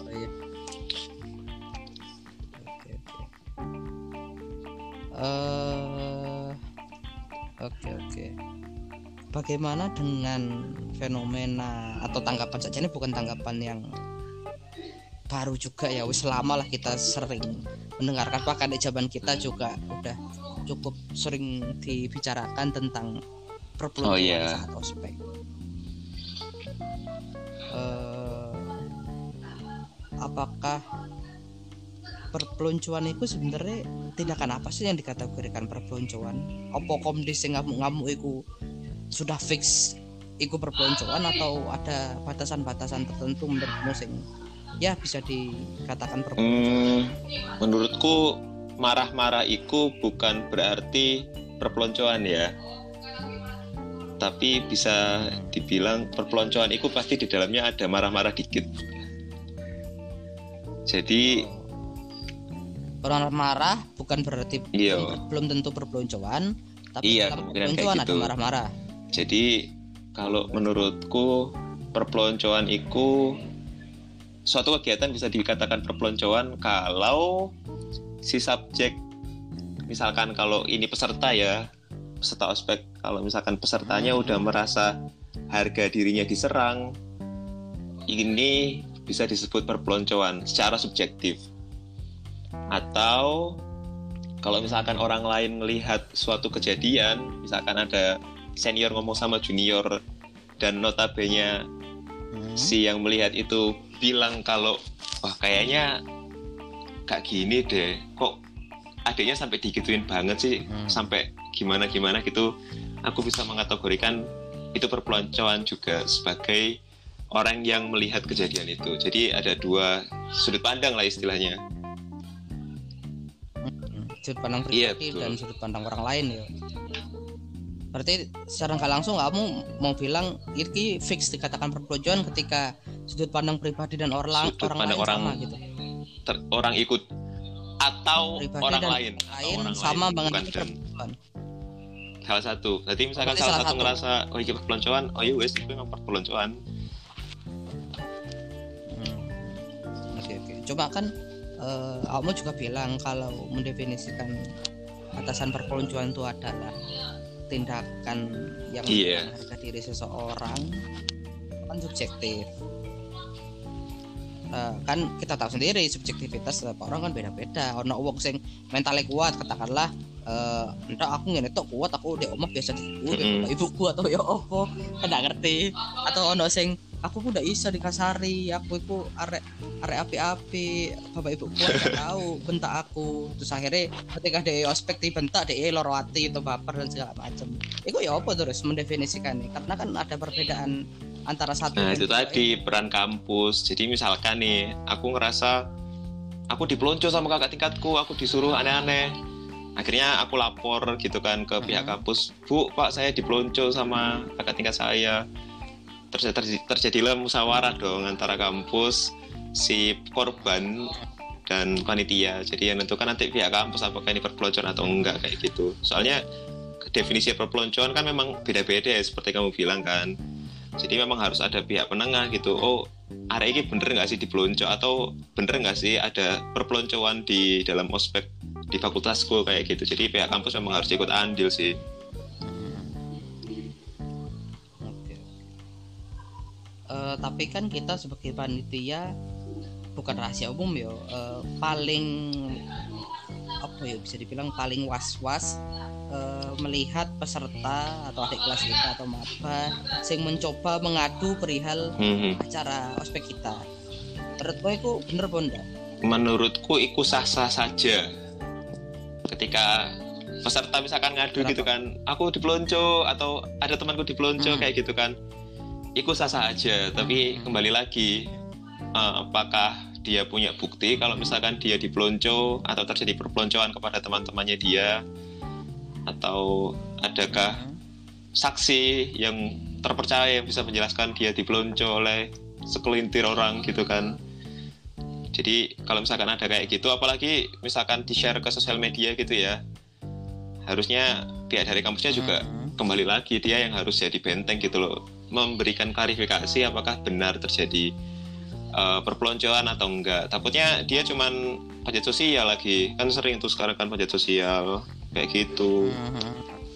Oke oke. Bagaimana dengan fenomena atau tanggapan saja, ini bukan tanggapan yang baru juga ya, wis lama lah kita sering mendengarkan, bahkan di zaman kita juga udah cukup sering dibicarakan tentang perpeloncoan oh, yeah. saat ospek. Uh, apakah perpeloncoan itu sebenarnya tindakan apa sih yang dikategorikan perpeloncoan? Apa komdis sing ngamuk-ngamuk iku sudah fix iku perpeloncoan atau ada batasan-batasan tertentu menurutmu sing ya bisa dikatakan perpeloncoan? Hmm, menurutku marah-marah iku bukan berarti perpeloncoan ya. Tapi bisa dibilang perpeloncoan iku pasti di dalamnya ada marah-marah dikit. Jadi orang marah bukan berarti iya. belum, belum tentu perpeloncoan, tapi iya, dalam kemungkinan perpeloncoan kayak ada gitu. marah-marah. Jadi kalau menurutku perpeloncoan itu suatu kegiatan bisa dikatakan perpeloncoan kalau si subjek, misalkan kalau ini peserta ya, peserta ospek, kalau misalkan pesertanya hmm. udah merasa harga dirinya diserang, ini bisa disebut perpeloncoan secara subjektif. Atau kalau misalkan orang lain melihat suatu kejadian, misalkan ada senior ngomong sama junior dan notabene hmm. si yang melihat itu bilang kalau wah kayaknya gak gini deh, kok adiknya sampai digituin banget sih, hmm. sampai gimana-gimana gitu, aku bisa mengategorikan itu perpeloncoan juga sebagai orang yang melihat kejadian itu. Jadi ada dua sudut pandang lah istilahnya. Sudut pandang pribadi iya, dan sudut pandang orang lain ya. Berarti secara nggak langsung kamu mau bilang ini fix dikatakan perpeloncoan ketika sudut pandang pribadi dan orang sudut orang lain orang, sama gitu. Ter, orang ikut atau pribadi orang dan lain, lain orang sama lain, banget bukan perpeloncoan. Salah satu. Jadi misalkan Berarti salah, salah satu satu ngerasa oh ini perpeloncoan, oh iya wes itu memang perpeloncoan. Hmm. Oke oke. Coba kan Uh, kamu juga bilang kalau mendefinisikan batasan perpeloncoan itu adalah tindakan yang yeah. harga diri seseorang kan subjektif. Uh, kan kita tahu sendiri subjektivitas setiap orang kan beda-beda. Ono wong sing mentalnya kuat katakanlah uh, entah aku ngene tok kuat aku di omah biasa diku mm-hmm. ibuku atau ya opo kan gak ngerti, atau ono sing aku udah iso dikasari, aku itu arek arek api-api, bapak ibu kuat gak tahu bentak aku, terus akhirnya ketika dia ospek dibentak dia loro hati atau baper dan segala macam. Itu ya apa terus mendefinisikannya, karena kan ada perbedaan antara satu nah dan itu tadi ya. Peran kampus. Jadi misalkan nih aku ngerasa aku dipelonco sama kakak tingkatku, aku disuruh aneh-aneh, akhirnya aku lapor gitu kan ke hmm. pihak kampus, Bu, Pak, saya dipelonco sama kakak tingkat saya. Terjadi, terjadi, terjadilah musyawarah dong antara kampus, si korban dan panitia. Jadi yang menentukan nanti pihak kampus apakah ini perpeloncoan atau enggak kayak gitu. Soalnya definisi perpeloncoan kan memang beda-beda ya, seperti kamu bilang kan. Jadi memang harus ada pihak penengah gitu. Oh, area ini bener nggak sih dipelonco, atau bener nggak sih ada perpeloncoan di dalam ospek di fakultasku kayak gitu. Jadi pihak kampus memang harus ikut andil sih. Uh, tapi kan kita sebagai panitia bukan rahasia umum ya, uh, paling apa ya bisa dibilang paling was-was uh, melihat peserta atau adik kelas kita atau maba sing mencoba mengadu perihal mm-hmm. acara ospek kita. Menurutmu itu bener apa enggak? Menurutku itu sah-sah saja. Ketika peserta misalkan ngadu Kenapa? gitu kan, aku dipelonco atau ada temanku dipelonco hmm. kayak gitu kan. Itu sah-sah aja, tapi hmm. kembali lagi uh, apakah dia punya bukti kalau misalkan dia dipelonco atau terjadi perpeloncoan kepada teman-temannya dia, atau adakah hmm. saksi yang terpercaya yang bisa menjelaskan dia dipelonco oleh sekelintir orang gitu kan. Jadi kalau misalkan ada kayak gitu, apalagi misalkan di-share ke sosial media gitu ya, harusnya pihak dari kampusnya juga hmm. kembali lagi dia yang harus jadi benteng gitu loh, memberikan klarifikasi apakah benar terjadi uh, perpeloncoan atau enggak. Takutnya dia cuman panjat sosial lagi, kan sering tuh sekarang kan panjat sosial kayak gitu. Hmm.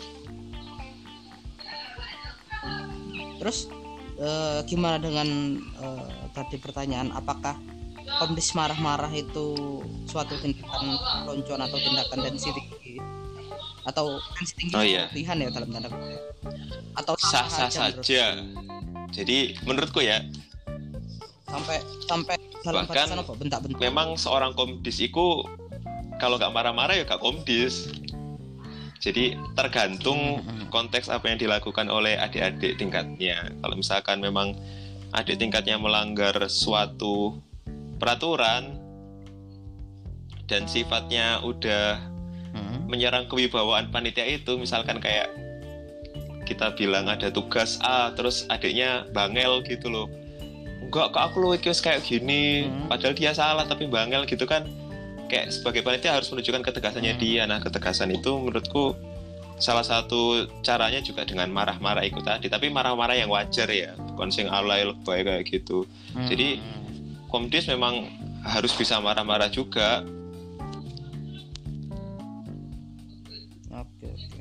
Terus uh, gimana dengan uh, tadi pertanyaan apakah komdis marah-marah itu suatu tindakan perpeloncoan atau tindakan tensi tinggi atau tensi tinggi oh, iya. kelebihan ya dalam tanda kutip, atau sah-sah saja. Jadi menurutku ya sampai sampai Dalam Bahkan batasan apa? Bentak-bentak. memang seorang komdis itu kalau nggak marah-marah ya nggak komdis. Jadi tergantung konteks apa yang dilakukan oleh adik-adik tingkatnya. Kalau misalkan memang adik tingkatnya melanggar suatu peraturan dan sifatnya udah menyerang kewibawaan panitia itu, misalkan kayak kita bilang ada tugas A terus adiknya bangel gitu loh, enggak kok aku lu kayak gini, padahal dia salah tapi bangel gitu kan. Kayak sebagai panitia harus menunjukkan ketegasannya dia. Nah ketegasan itu menurutku salah satu caranya juga dengan marah-marah itu tadi, tapi marah-marah yang wajar ya, bukan sing alay lebay kayak gitu. hmm. Jadi komdis memang harus bisa marah-marah juga. Oke oke.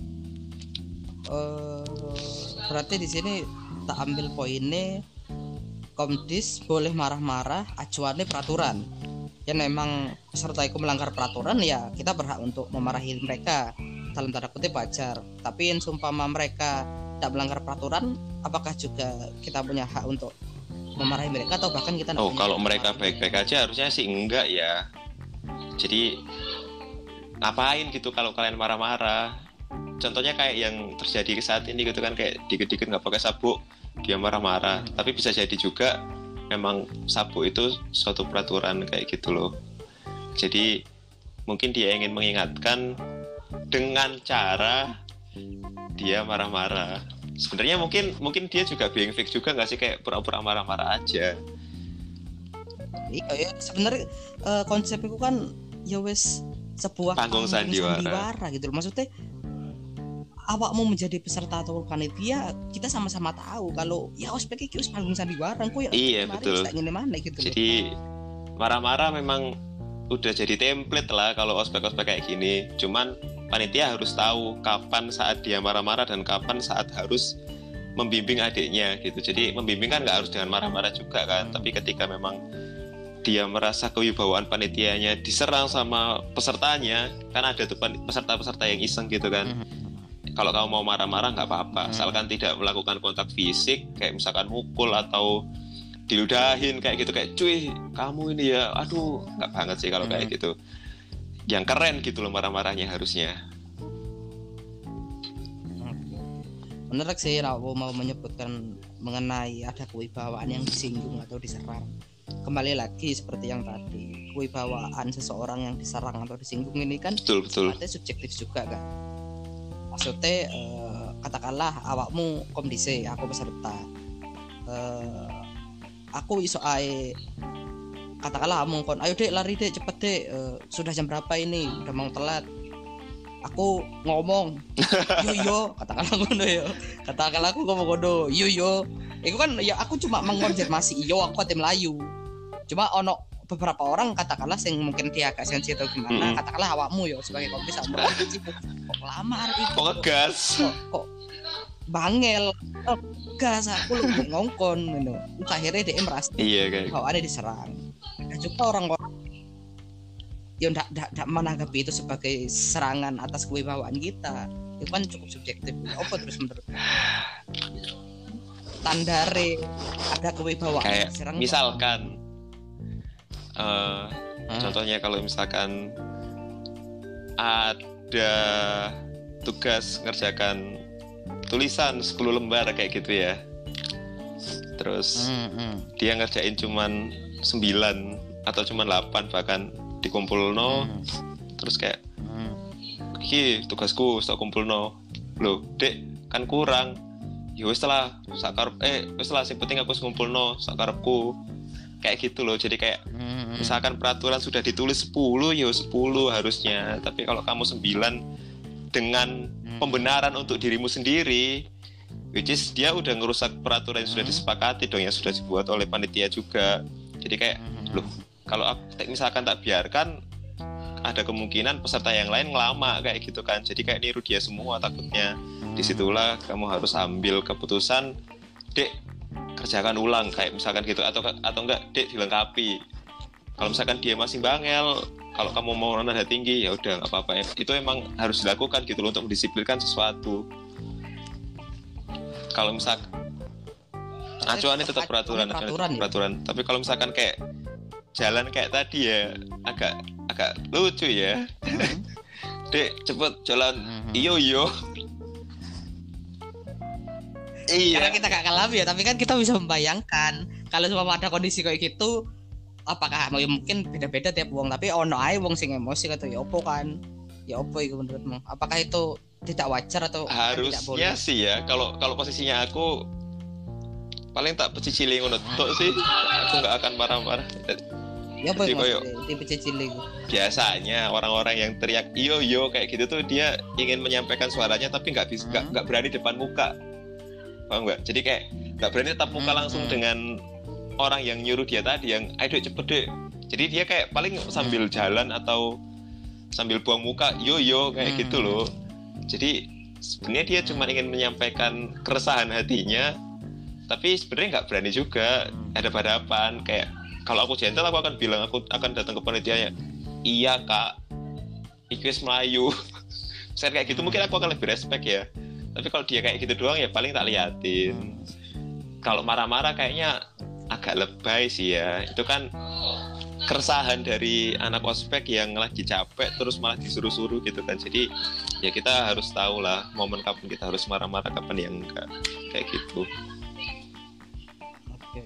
Uh, berarti di sini tak ambil poinnya, komdis boleh marah-marah, acuannya peraturan. Ya memang peserta itu melanggar peraturan, ya kita berhak untuk memarahi mereka, dalam tanda kutip wajar. Tapi yang seumpama mereka tidak melanggar peraturan, apakah juga kita punya hak untuk memarahi mereka atau bahkan kita? Oh kalau mereka baik-baik aja harusnya sih enggak ya. Jadi ngapain gitu kalau kalian marah-marah? Contohnya kayak yang terjadi saat ini gitu kan, kayak dikit-dikit nggak pakai sabuk dia marah-marah. hmm. Tapi bisa jadi juga memang sabuk itu suatu peraturan kayak gitu loh. Jadi mungkin dia ingin mengingatkan dengan cara dia marah-marah. Sebenarnya mungkin mungkin dia juga being fake juga nggak sih, kayak pura-pura marah-marah aja. Iya ya, sebenarnya uh, konsep itu kan ya wes sebuah panggung sandiwara. sandiwara gitu loh. Maksudnya awakmu menjadi peserta atau panitia, kita sama-sama tahu kalau ya ospek iki wis panggung sandiwara kok ya. Iya betul. Mana, gitu jadi loh. Marah-marah memang udah jadi template lah kalau ospek-ospek kayak gini. Cuman panitia harus tahu kapan saat dia marah-marah dan kapan saat harus membimbing adiknya gitu. Jadi membimbing kan nggak harus dengan marah-marah juga kan. Tapi ketika memang dia merasa kewibawaan panitianya diserang sama pesertanya, kan ada tuh peserta-peserta yang iseng gitu kan. Kalau kamu mau marah-marah nggak apa-apa, asalkan tidak melakukan kontak fisik, kayak misalkan mukul atau diludahin kayak gitu, kayak cuy kamu ini ya, aduh nggak banget sih kalau hmm. kayak gitu. Yang keren gitu loh marah-marahnya harusnya. Menarik sih aku mau menyebutkan mengenai ada kewibawaan yang disinggung atau diserang. Kembali lagi seperti yang tadi, kewibawaan seseorang yang diserang atau disinggung ini kan betul betul. Artinya subjektif juga kan. Maksudnya eh, katakanlah awakmu komdise, aku peserta. Eh, aku iso ae katakanlah mongkon, ayo dek lari dek cepet dek, uh, sudah jam berapa ini, udah mau telat. Aku ngomong yo yo, katakanlah ngono yo, katakanlah aku ngomong ngono yo yo, itu kan ya aku cuma mengonfirmasi yo aku ate Melayu. Cuma ono beberapa orang katakanlah yang mungkin dia agak sensitif atau gimana, mm-hmm. katakanlah awakmu yo sebagai komdis sama kok lamar itu kok ngegas kok, kok bangel oh, gas aku lu ngongkon ngono. Akhirnya dia merasa iya kan bahwa ada diserang. Dan juga orang-orang yang ndak ndak ndak menanggapi itu sebagai serangan atas kewibawaan kita, itu kan cukup subjektif. Apa terus menurut tandare ada kewibawaan kayak serang misalkan uh, hmm. contohnya kalau misalkan ada tugas ngerjakan tulisan sepuluh lembar kayak gitu ya, terus hmm, hmm. dia ngerjain cuman sembilan atau cuman delapan bahkan dikumpulno, hmm. terus kayak hmm. iki tugasku tak kumpulno loh dek kan kurang ya wis lah sakar eh wis lah sing penting aku ngumpulno sakarepku kayak gitu loh. Jadi kayak hmm. misalkan peraturan sudah ditulis sepuluh ya sepuluh harusnya, tapi kalau kamu sembilan dengan hmm. pembenaran untuk dirimu sendiri, which is dia udah ngerusak peraturan yang sudah disepakati dong, yang sudah dibuat oleh panitia juga. Jadi kayak loh kalau aku misalkan tak biarkan, ada kemungkinan peserta yang lain ngelama kayak gitu kan. Jadi kayak niru dia semua takutnya. Disitulah kamu harus ambil keputusan, dek kerjakan ulang kayak misalkan gitu, atau atau enggak dek dilengkapi. Kalau misalkan dia masih bangel, kalau kamu mau nada tinggi ya udah nggak apa-apa. Itu emang harus dilakukan gitu loh untuk mendisiplinkan sesuatu. Kalau misalkan acuannya tetap peraturan, peraturan, peraturan. Ya? Tapi kalau misalkan kayak jalan kayak tadi ya agak agak lucu ya. Hmm. Dek cepet jalan. Hmm. Iyo iyo. Iya. Karena kita gak ngalami ya, tapi kan kita bisa membayangkan kalau semua ada kondisi kayak gitu, apakah mungkin beda-beda tiap wong, tapi ono ae wong sing emosi atau ya opo kan? Ya opo itu menurutmu? Apakah itu tidak wajar atau harusnya tidak boleh? sih ya, kalau kalau posisinya aku paling tak pecicili ngono tok sih, aku nggak akan marah-marah. Ya apa Jadi koyo maksudnya tipe cicili itu? biasanya orang-orang yang teriak iyo yo kayak gitu tuh dia ingin menyampaikan suaranya tapi nggak bisa nggak Hmm. nggak berani depan muka, paham nggak? Jadi kayak nggak berani tatap muka Hmm, langsung hmm. dengan orang yang nyuruh dia tadi yang ayo dek cepet dek. Jadi dia kayak paling sambil jalan atau sambil buang muka yo yo kayak Hmm. gitu loh. Jadi sebenarnya dia cuma ingin menyampaikan keresahan hatinya, tapi sebenarnya nggak berani juga ada hadapan. Kayak kalau aku gentle aku akan bilang, aku akan datang ke panitianya, iya kak iki wis melayu. Saya kayak gitu mungkin aku akan lebih respect ya. Tapi kalau dia kayak gitu doang ya paling tak liatin. Kalau marah-marah kayaknya agak lebay sih ya. Itu kan keresahan dari anak ospek yang lagi capek terus malah disuruh-suruh gitu kan. Jadi ya kita harus tahu lah momen kapan kita harus marah-marah, kapan yang enggak, kayak gitu. Oke.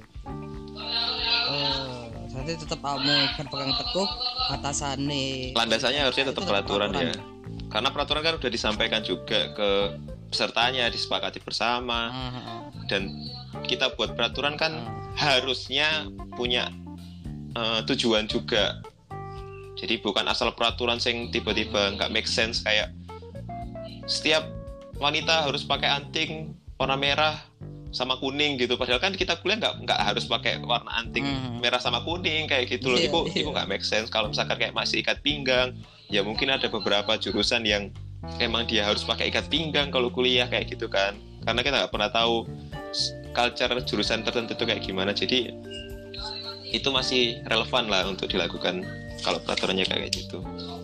Eh, berarti tetap kamu berpegang teguh batasane. Landasannya harusnya tetap Itu peraturan ya, karena peraturan kan udah disampaikan juga ke pesertanya, disepakati bersama. Ah, Dan kita buat peraturan kan ah. harusnya punya uh, tujuan juga. Jadi bukan asal peraturan sing tiba-tiba nggak make sense, kayak setiap wanita harus pakai anting warna merah sama kuning gitu. Padahal kan kita kuliah nggak nggak harus pakai warna anting Hmm. merah sama kuning kayak gitu loh. Iya, Itu iya. itu nggak make sense. Kalau misalkan kayak masih ikat pinggang, ya mungkin ada beberapa jurusan yang emang dia harus pakai ikat pinggang kalau kuliah kayak gitu kan. Karena kita nggak pernah tahu culture jurusan tertentu itu kayak gimana. Jadi itu masih relevan lah untuk dilakukan kalau peraturannya kayak gitu.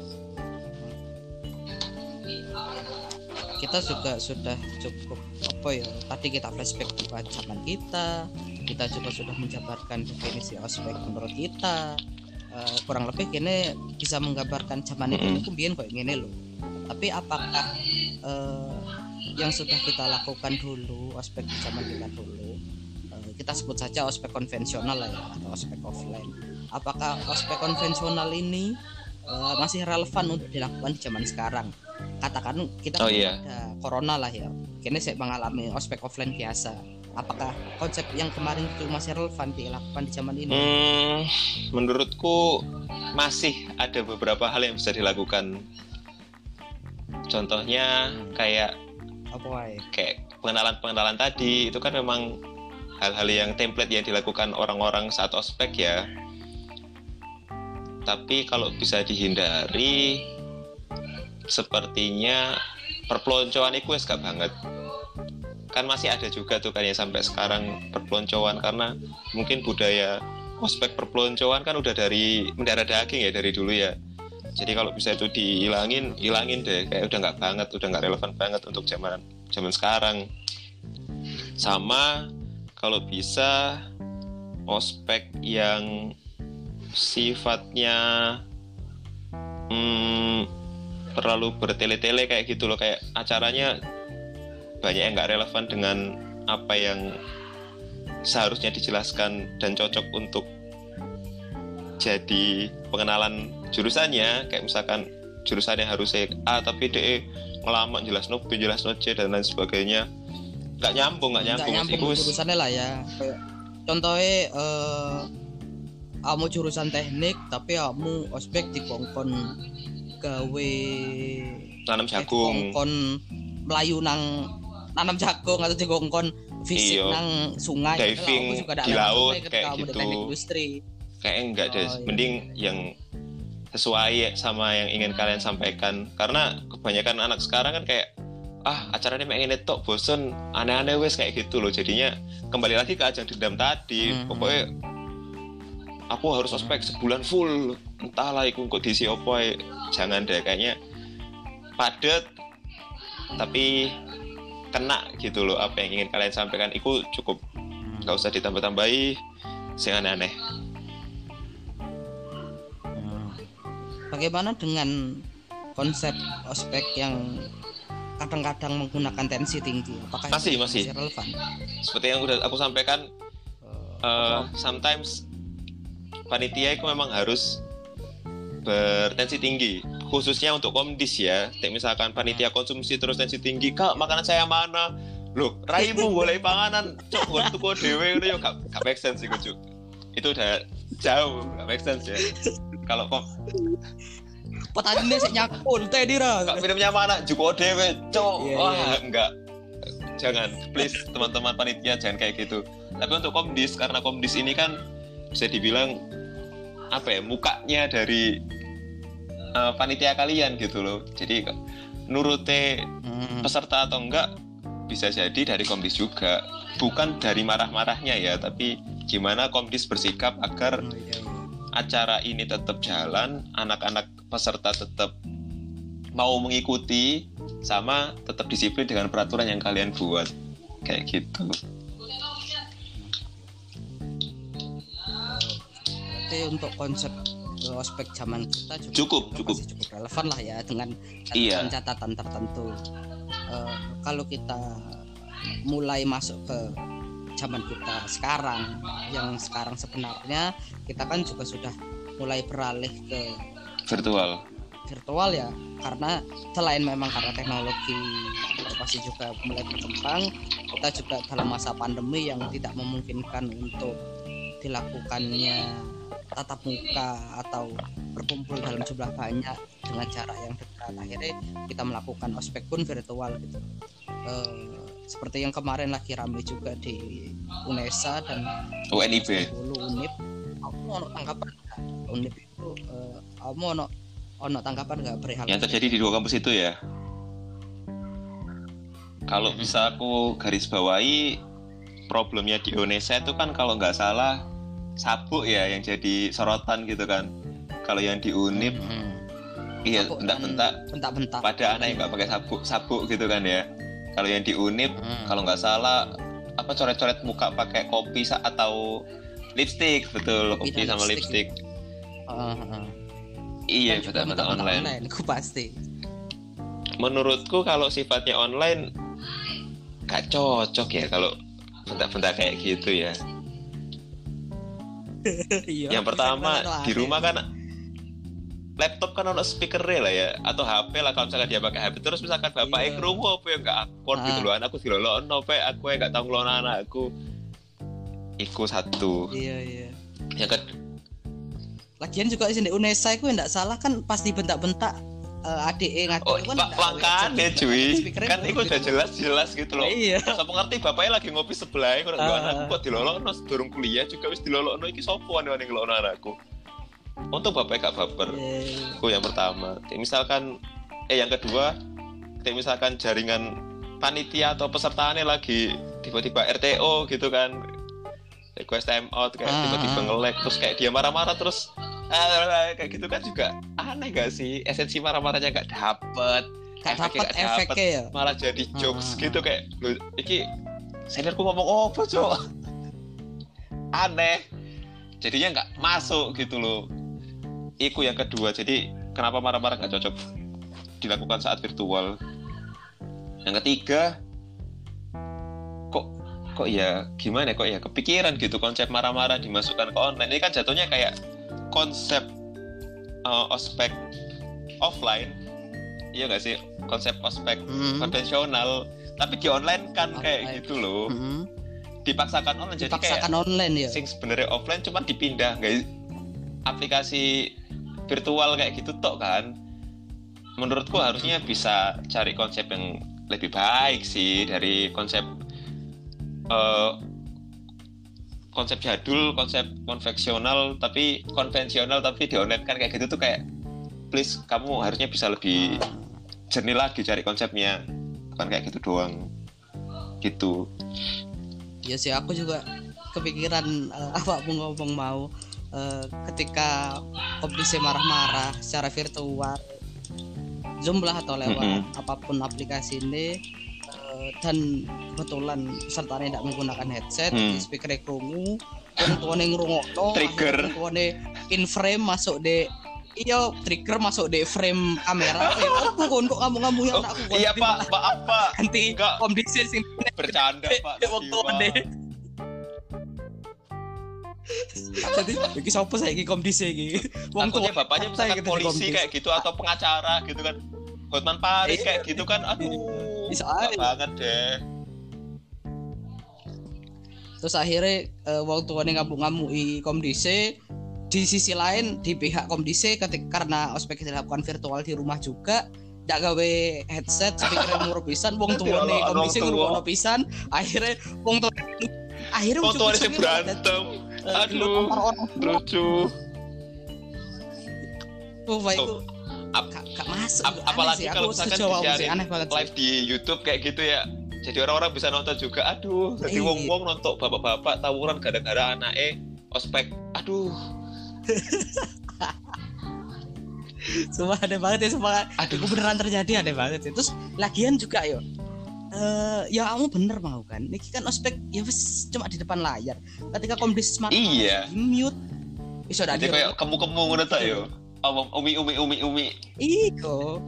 Kita juga sudah cukup apa ya, tadi kita flashback ke zaman kita kita juga sudah menjabarkan definisi ospek menurut kita. Eh, kurang lebih kini bisa menggambarkan zaman itu Mm-mm. kemudian kayak gini loh. Tapi apakah eh, yang sudah kita lakukan dulu ospek di zaman kita dulu, eh, kita sebut saja ospek konvensional lah ya, atau ospek offline, apakah ospek konvensional ini eh, masih relevan untuk dilakukan di zaman sekarang? Katakan kita Oh, belum iya. ada corona lah ya, kini saya mengalami ospek offline biasa, apakah konsep yang kemarin itu masih relevan dilakukan di zaman ini? Hmm, menurutku masih ada beberapa hal yang bisa dilakukan. Contohnya kayak Apa wae? kayak pengenalan-pengenalan tadi itu kan memang hal-hal yang template yang dilakukan orang-orang saat ospek ya. Tapi kalau bisa dihindari, sepertinya perpeloncoan itu wes gak banget. Kan masih ada juga tuh kan yang sampai sekarang perpeloncoan, karena mungkin budaya ospek perpeloncoan kan udah dari mendarah daging ya dari dulu ya. Jadi kalau bisa itu dihilangin, hilangin deh. Kayak udah nggak banget, udah nggak relevan banget untuk zaman zaman sekarang. Sama kalau bisa ospek yang sifatnya hmm, terlalu bertele-tele kayak gitu loh, kayak acaranya banyak yang nggak relevan dengan apa yang seharusnya dijelaskan dan cocok untuk jadi pengenalan jurusannya. Kayak misalkan jurusannya harusnya A tapi D ngelamak jelas no B jelas no C dan lain sebagainya, nggak nyambung nggak Nggak nyambung, nyambung Iku wis- jurusannya lah ya. Kayak contohnya eh kamu jurusan teknik tapi kamu ospek di kongkon gawe nanam eh, jagung. dikongkon melayu nang nanam jagung atau dikongkon fisik Iya. nang sungai. Diving Padahal kamu juga ada di elemen laut sungai ketika kayak kamu di gitu. teknik industri. Kayaknya enggak deh, Oh, iya. mending yang sesuai sama yang ingin kalian sampaikan. Karena kebanyakan anak sekarang kan kayak ah acaranya mek ngene tok, bosen, aneh-aneh wes kayak gitu loh. Jadinya kembali lagi ke ajang dendam tadi. Mhm. Pokoknya aku harus ospek sebulan full, entahlah iku kok diisi opo ae. Jangan deh, kayaknya padet tapi kena gitu loh apa yang ingin kalian sampaikan. Iku cukup, nggak usah ditambah-tambahi sing aneh-aneh. bagaimana dengan konsep ospek yang kadang-kadang menggunakan tensi tinggi? Apakah masih itu masih relevan? Seperti yang udah aku sampaikan, uh, sometimes panitia itu memang harus bertensi tinggi, khususnya untuk komdis ya. Kayak misalkan panitia konsumsi terus tensi tinggi, kak makanan saya mana? Loh, raimu boleh panganan, cok buat tuku dewe itu ya gak, gak make sense sih cuk. Itu udah jauh, gak make sense ya. Kalau kok petani sik nyakul teh dira. Kak filmnya mana? Juko dewe, cok. Yeah, Wah, yeah. enggak. Jangan, please teman-teman panitia jangan kayak gitu. Tapi untuk komdis, karena komdis ini kan bisa dibilang apa ya, mukanya dari uh, panitia kalian gitu loh. Jadi nurute Hmm. peserta atau enggak bisa jadi dari komdis juga. Bukan dari marah-marahnya ya, tapi gimana komdis bersikap agar Oh, iya, iya. acara ini tetap jalan, anak-anak peserta tetap mau mengikuti, sama tetap disiplin dengan peraturan yang kalian buat. Kayak gitu. Berarti untuk konsep uh, ospek zaman kita juga Cukup, juga cukup. masih cukup relevan lah ya, dengan Iya. catatan-catatan tertentu. Uh, kalau kita mulai masuk ke zaman kita sekarang, yang sekarang sebenarnya kita kan juga sudah mulai beralih ke Virtual. virtual ya, karena selain memang karena teknologi pasti juga mulai berkembang, kita juga dalam masa pandemi yang tidak memungkinkan untuk dilakukannya tatap muka atau berkumpul dalam jumlah banyak dengan jarak yang dekat, akhirnya kita melakukan ospek pun virtual gitu. E, seperti yang kemarin lagi ramai juga di UNESA dan U N I B. Unip. Aku mau tanggapan Unip itu, uh, aku mau ono tanggapan nggak perihal Yang terjadi di dua kampus itu ya. Kalau Hmm. bisa aku garis bawahi, problemnya di Indonesia itu kan kalau nggak salah sabuk ya yang jadi sorotan gitu kan. Kalau yang di Unip, Hmm. iya Sabuk bentak-bentak dan bentak-bentak pada anak yang nggak pakai sabuk sabuk gitu kan ya. Kalau yang di Unip, Hmm. kalau nggak salah apa coret-coret muka pakai kopi sa- atau lipstick, betul, Kopi kopi dan sama lipstick. lipstick. Uh, uh. Iya, Dan juga bentak-bentak bentak-bentak online. aku pasti. Menurutku kalau sifatnya online gak cocok ya kalau bentak-bentak kayak gitu ya. Iya, Yang pertama bisa di aneh. rumah kan laptop kan ono speaker lah ya, atau H P lah kalau misalkan dia pakai H P, terus misalkan bapak Iya. yang krungu apa ya nggak akord gitu Ah. loh, anakku dilolokno pe aku ya nggak tahu ngelono anakku. Iku satu. Iya iya. Yang kedua, Lagian juga sini UNESA itu enggak salah kan pasti bentak-bentak uh, adike ngatur oh kan pak ndak langkaan awet, ya jadi cuy, speakernya kan dulu itu udah gitu. jelas-jelas gitu loh. Iya. Siapa ngerti bapaknya lagi ngopi sebelah, kok nggak Ah. anakku kok dilolokno durung kuliah juga wis dilolokno, iki sopo ane ning ngelokno anakku. Untung bapaknya gak baper. Iya. Itu yang pertama. Kayak misalkan eh yang kedua, kayak misalkan jaringan panitia atau pesertaannya lagi tiba-tiba R T O gitu kan, request time out kayak Ah. tiba-tiba nge-lag terus kayak dia marah-marah terus ah, kayak gitu kan juga aneh gak sih, esensi marah-marahnya gak dapet, Gak efeknya dapat efeknya ya. malah jadi jokes Ah. gitu kayak lu iki seniorku ngomong apa cok, aneh jadinya nggak masuk gitu loh. Iku yang kedua, jadi kenapa marah-marah gak cocok dilakukan saat virtual. Yang ketiga, kok kok ya gimana kok ya kepikiran gitu konsep marah-marah dimasukkan ke online. Ini kan jatuhnya kayak konsep uh, ospek offline, iya nggak sih, konsep ospek Hmm. konvensional, tapi di online kan kayak Online. gitu loh, Hmm. dipaksakan online jadi kayak Dipaksakan online ya. sing sebenarnya offline cuman dipindah guys aplikasi virtual kayak gitu tok kan. Menurutku harusnya bisa cari konsep yang lebih baik sih dari konsep uh, konsep jadul, konsep konvensional tapi konvensional tapi di online kan kayak gitu tuh kayak please kamu harusnya bisa lebih jernih lagi cari konsepnya, bukan kayak gitu doang gitu. Iya sih, aku juga kepikiran uh, apa mau ngomong mau uh, ketika kompetisi marah-marah secara virtual, Zoom lah atau lewat Mm-hmm. apapun aplikasi ini, uh, dan kebetulan pesertanya tidak menggunakan headset, Hmm. speaker krungu, wong tuane ngrungokno, Trigger. wong tuane in frame masuk di iya trigger masuk di frame kamera. Eh, apa kon kok ngamuk-ngamuk yang Oh, aku iya Pak, maaf Pak. Ganti Enggak. kondisi sing Bercanda Pak. waktu Siwa. ande. Jadi iki sapa saiki kondisi iki? Wong Takutnya tua bapaknya santai misalkan gitu di polisi komdis. kayak gitu atau pengacara gitu kan. Hotman Paris Iya. kayak gitu kan. Aduh. Bisa Enggak aja. banget deh. Terus akhirnya uh, wong tuane ngamuk-ngamuki kondisi. Di sisi lain di pihak komdise ketika karena ospek dilakukan virtual di rumah juga ndak gawe headset speaker murah pisan wong tuane Ya Allah, komdise orang tua. ngrungokno pisan akhirnya wong tuane akhirnya Wong tuane sing ujug-ujugnya berantem. eh, Aduh. antar orang tua Lucu. tuh baik Tuh. Ap- gak gak masuk Ap- aneh apalagi sih, kalau aku misalkan setuju awakmu sih, disiarin aneh banget sih. live di YouTube kayak gitu ya. Jadi orang-orang bisa nonton juga. Aduh, jadi Iya. wong-wong nonton bapak-bapak tawuran gara-gara anaknya ospek. Aduh. Sumpah aneh banget ya sumpah. Aduh. Itu beneran terjadi aneh banget sih. Terus lagian juga yo eh ya kamu bener mau kan ini kan ospek ya wes cuma di depan layar ketika komdis smart Iya. di mute bisa ada Jadi kayak kamu-kamu ngono ta yo. Omong umi umi umi umi. iyo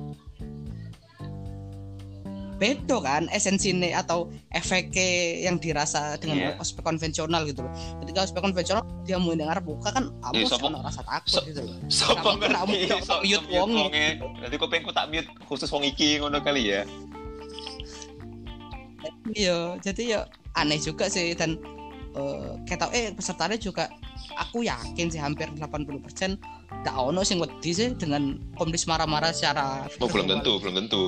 bedo kan esensinya atau efeknya yang dirasa dengan Iya. ospek konvensional gitu loh. Ketika ospek konvensional dia mau dengar buka kan Iya, kamu sopo- ono rasa takut so- gitu loh. Sopo Kamu kena ngerti mute, so mute mute wonge. wonge. Nanti kok pengen ku tak mute khusus wong iki ngono kali ya. Iya, jadi ya aneh juga sih dan uh, kayak tau eh pesertanya juga aku yakin sih hampir delapan puluh persen gak ono sing wedi sih dengan komdis marah-marah secara Oh, belum virtual. tentu, belum tentu.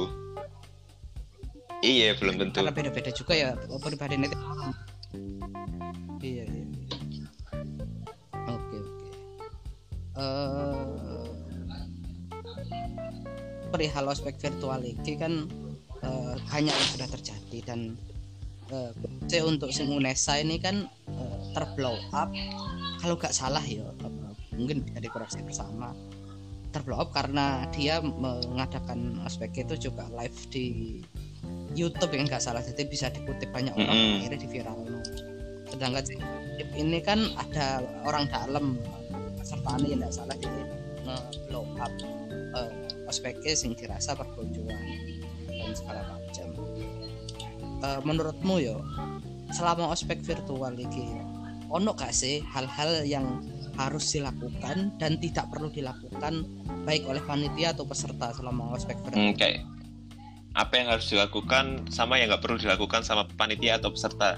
Iya, belum tentu. Karena beda-beda juga ya pribadi net. Iya, iya. Oke, oke. Eh perihal ospek virtual ini kan eh, banyak yang sudah terjadi dan eh, saya untuk sing Unesa ini kan eh, terblow up kalau nggak salah ya eh, mungkin bisa dikoreksi bersama terblow up karena dia mengadakan ospek itu juga live di YouTube yang nggak salah jadi bisa dikutip banyak orang Mm-mm. akhirnya di viral. Sedangkan si ini kan ada orang dalam pesertaannya yang nggak salah dia nge-blow up uh, ospeknya sing dirasa perbojoan dan segala macam. Uh, menurutmu yo selama ospek virtual ini ono gak sih hal-hal yang harus dilakukan dan tidak perlu dilakukan baik oleh panitia atau peserta selama ospek virtual? Hmm, kayak apa yang harus dilakukan sama yang nggak perlu dilakukan sama panitia atau peserta.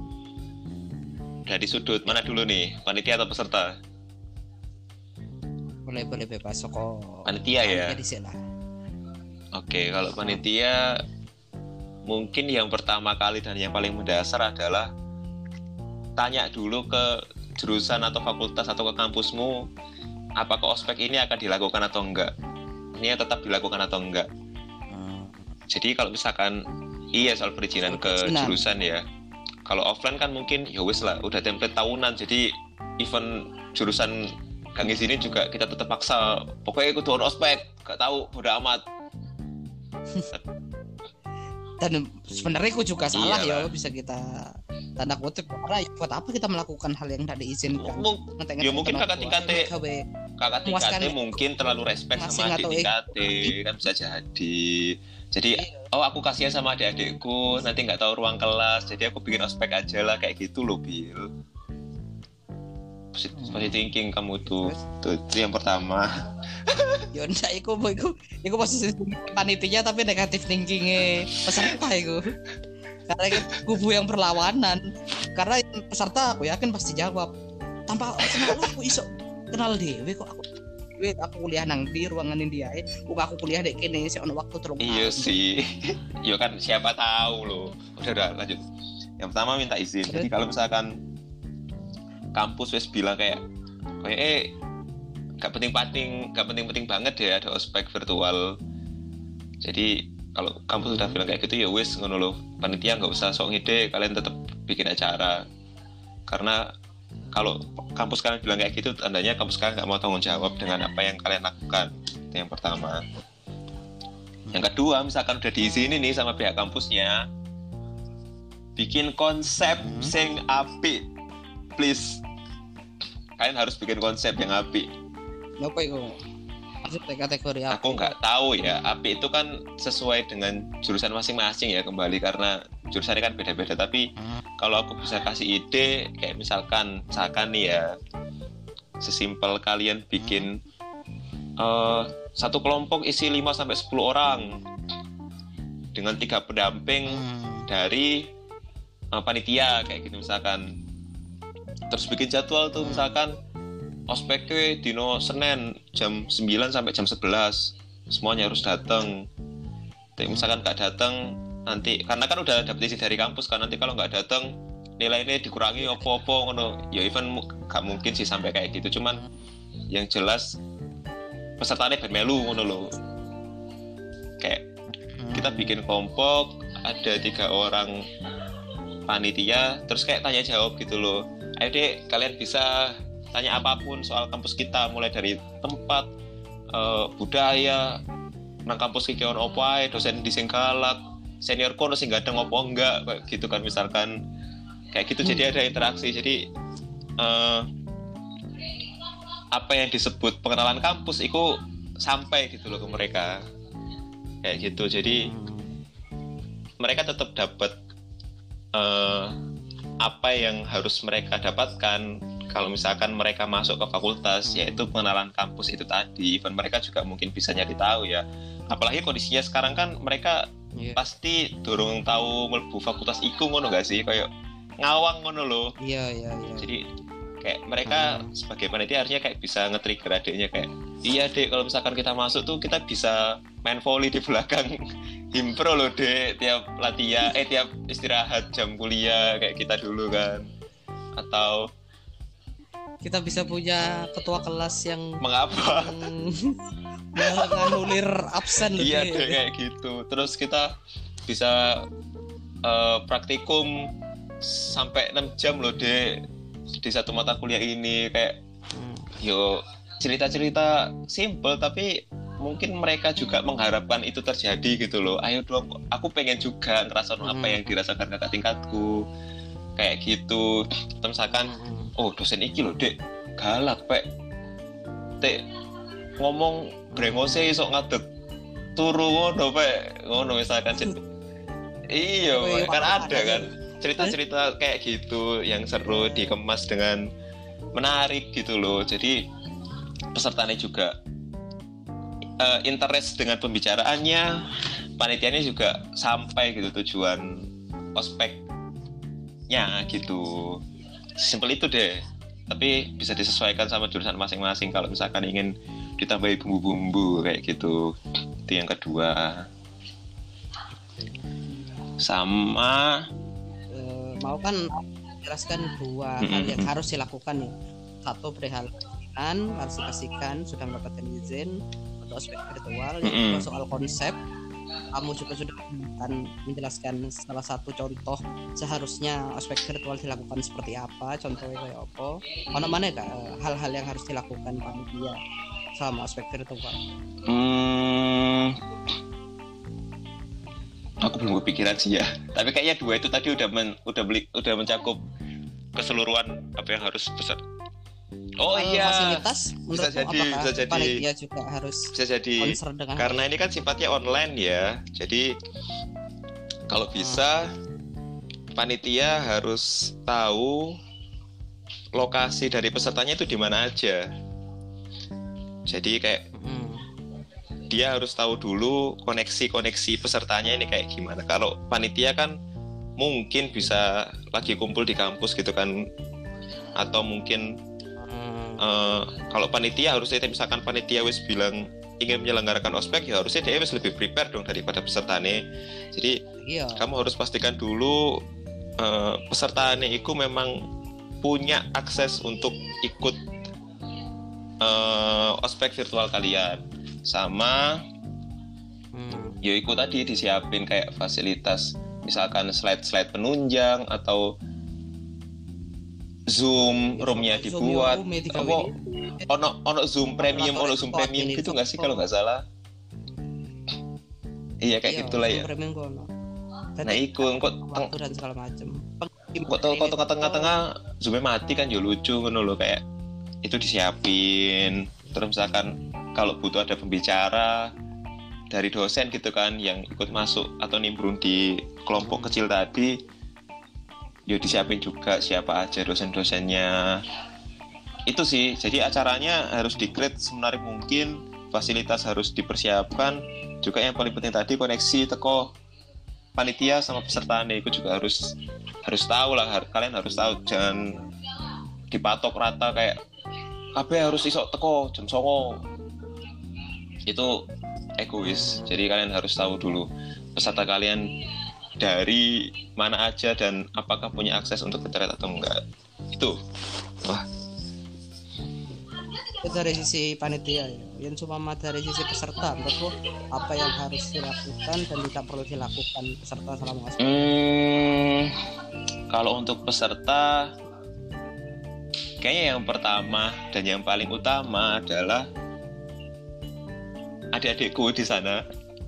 Dari sudut mana dulu nih, panitia atau peserta? Boleh boleh bebas soko Panitia ya. dhisik lah. Oke, kalau panitia mungkin yang pertama kali dan yang paling mendasar adalah tanya dulu ke jurusan atau fakultas atau ke kampusmu apakah ospek ini akan dilakukan atau enggak. Ini tetap dilakukan atau enggak. Hmm. Jadi kalau misalkan iya soal perizinan ke Perizinan. jurusan ya. Kalau offline kan mungkin ya wis lah, udah template tahunan. Jadi event jurusan kang sini juga kita tetap paksa. Pokoknya ikut ono ospek, gak tahu bodo amat. Dan sebenarnya aku juga salah Iyalah. ya bisa kita tanda kutip karena ya, buat apa kita melakukan hal yang tidak diizinkan. Mung- Ngetek-ngetek ya mungkin orang kakak tua, tingkatnya gawe kakak Memuaskan tingkatnya mungkin terlalu respect masing sama atau adik tingkatnya kan bisa jadi. Jadi oh aku kasihan sama adik-adikku nanti nggak tahu ruang kelas jadi aku bikin ospek aja lah kayak gitu loh Bil. Positive, positive thinking kamu tuh. Tuh itu yang pertama. ya ndak iku Bu, iku iku posisi panitia tapi negatif thinkingnya peserta iku. Karena itu kubu yang berlawanan. Karena peserta aku yakin pasti jawab. Tanpa kenal aku iso kenal dhewe kok aku dhewe aku kuliah nang di ruangan India kok aku kuliah dek kene sik ono waktu terus. Iya sih. Yo kan siapa tahu loh. Udah udah lanjut. Yang pertama minta izin. Jadi kalau misalkan kampus wes bilang kayak kayak eh gak penting-penting, gak penting-penting banget ya ada ospek virtual. Jadi kalau kampus udah bilang kayak gitu ya wes ngono loh. Panitia nggak usah sok ngide, kalian tetap bikin acara. Karena kalau kampus kalian bilang kayak gitu, tandanya kampus kalian nggak mau tanggung jawab dengan apa yang kalian lakukan. Itu yang pertama. Yang kedua, misalkan udah diizinin nih sama pihak kampusnya, bikin konsep Hmm. sing apik, please. Kalian harus bikin konsep yang apik. Apa iku? kategori apa? Aku nggak tahu ya. A P I itu kan sesuai dengan jurusan masing-masing ya, kembali karena jurusannya kan beda-beda. Tapi hmm. kalau aku bisa kasih ide, kayak misalkan, misalkan nih ya, sesimpel kalian bikin hmm. uh, satu kelompok isi lima sampai sepuluh orang dengan tiga pendamping hmm. dari uh, panitia kayak gitu misalkan. Terus bikin jadwal tuh hmm. misalkan ospeknya dino Senin jam sembilan sampai jam sebelas semuanya harus datang. Tapi misalkan nggak datang nanti, karena kan udah dapet izin dari kampus kan, nanti kalau nggak datang nilainya dikurangi opo-opo ngono. Ya even nggak mungkin sih sampai kayak gitu, cuman yang jelas pesertanya ben melu ngono loh. Kayak kita bikin kelompok ada tiga orang panitia, terus kayak tanya jawab gitu loh. Ayo deh kalian bisa tanya apapun soal kampus kita, mulai dari tempat, uh, budaya, nang kampus iki ono opo ae, dosen di sing galak, senior kono sing gadeng opo enggak, kayak gitu kan misalkan. Kayak gitu hmm. jadi ada interaksi. Jadi uh, apa yang disebut pengenalan kampus itu sampai gitu loh ke mereka. Kayak gitu. Jadi mereka tetap dapat uh, apa yang harus mereka dapatkan kalau misalkan mereka masuk ke fakultas, hmm. yaitu pengenalan kampus itu tadi. Even mereka juga mungkin bisa nyari tahu ya. Apalagi kondisinya sekarang kan mereka yeah. pasti durung tahu mlebu fakultas iku ngono gak sih? Kayak ngawang ngono loh. Iya, iya, iya. Jadi kayak mereka hmm. sebagai panitia harusnya kayak bisa nge-trigger adiknya kayak, iya dek, kalau misalkan kita masuk tuh kita bisa main volley di belakang himpro loh dek, tiap latihan, eh tiap istirahat jam kuliah kayak kita dulu kan. Atau kita bisa punya ketua kelas yang mengapa menganulir absen. Iya deh kayak gitu. Terus kita bisa uh, praktikum sampai enam jam loh dek di satu mata kuliah ini. Kayak hmm. yo cerita-cerita simple tapi mungkin mereka juga mengharapkan itu terjadi gitu loh. Ayo dong, aku pengen juga ngerasain hmm. apa yang dirasakan kakak tingkatku kayak gitu. Atau misalkan oh dosen iki lho dek galak pek tek ngomong brengose iso ngadeg turu ngono pek ngono misalkan. Iya kan ada kan cerita-cerita kayak gitu yang seru dikemas dengan menarik gitu loh. Jadi pesertanya juga uh, interest dengan pembicaraannya, panitianya juga sampai gitu tujuan ospeknya gitu. Simpel itu deh, tapi bisa disesuaikan sama jurusan masing-masing kalau misalkan ingin ditambahi bumbu-bumbu kayak gitu. Itu yang kedua. Sama e, mau kan jelaskan dua mm-hmm. hal yang harus dilakukan nih. Satu, perihal klarifikasikan sudah mendapatkan izin untuk ospek virtual. Yang kedua soal konsep, kamu juga sudah akan menjelaskan salah satu contoh seharusnya ospek virtual dilakukan seperti apa, contohnya kayak apa, mana-mana kak hal-hal yang harus dilakukan panitia sama ospek virtual. Hmm, aku belum kepikiran sih ya, tapi kayaknya dua itu tadi udah men, udah beli, udah mencakup keseluruhan apa yang harus besar. Oh Kalau iya, fasilitas bisa jadi, bisa jadi. Panitia juga harus bisa jadi. Karena ini kan sifatnya online ya, jadi kalau bisa hmm. panitia harus tahu lokasi dari pesertanya itu di mana aja. Jadi kayak hmm. dia harus tahu dulu koneksi-koneksi pesertanya ini kayak gimana. Kalau panitia kan mungkin bisa lagi kumpul di kampus gitu kan, atau mungkin Uh, kalau panitia harusnya misalkan panitia wis bilang ingin menyelenggarakan ospek ya harusnya dia wis lebih prepare dong daripada pesertanya. Jadi iya. kamu harus pastikan dulu uh, pesertanya itu memang punya akses untuk ikut uh, ospek virtual kalian. Sama hmm. ya ikut tadi disiapin kayak fasilitas misalkan slide-slide penunjang atau Zoom roomnya dibuat, apa ono ono Zoom premium, ono Zoom premium gitu nggak sih kalau nggak salah? Iya kayak gitulah ya. Nah ikut kok dan segala macam. Kok kok tengah-tengah Zoomnya mati kan ya lucu ngono loh, kayak itu disiapin. Terus misalkan kalau butuh ada pembicara dari dosen gitu kan yang ikut masuk atau nimbrung di kelompok kecil tadi, ya disiapin juga siapa aja dosen-dosennya. Itu sih, jadi acaranya harus di-create semenarik mungkin, fasilitas harus dipersiapkan, juga yang paling penting tadi koneksi teko panitia sama peserta nih, itu juga harus harus tahu lah, har- kalian harus tahu, jangan dipatok rata kayak kabeh harus iso teko jam songo, itu egois. Jadi kalian harus tahu dulu peserta kalian dari mana aja dan apakah punya akses untuk internet atau enggak. Itu wah, Itu dari sisi panitia ya. Yang cuma dari sisi peserta, menurutku apa yang harus dilakukan dan tidak perlu dilakukan peserta selama ospek? hmm, kalau untuk peserta kayaknya yang pertama dan yang paling utama adalah adik-adikku di sana.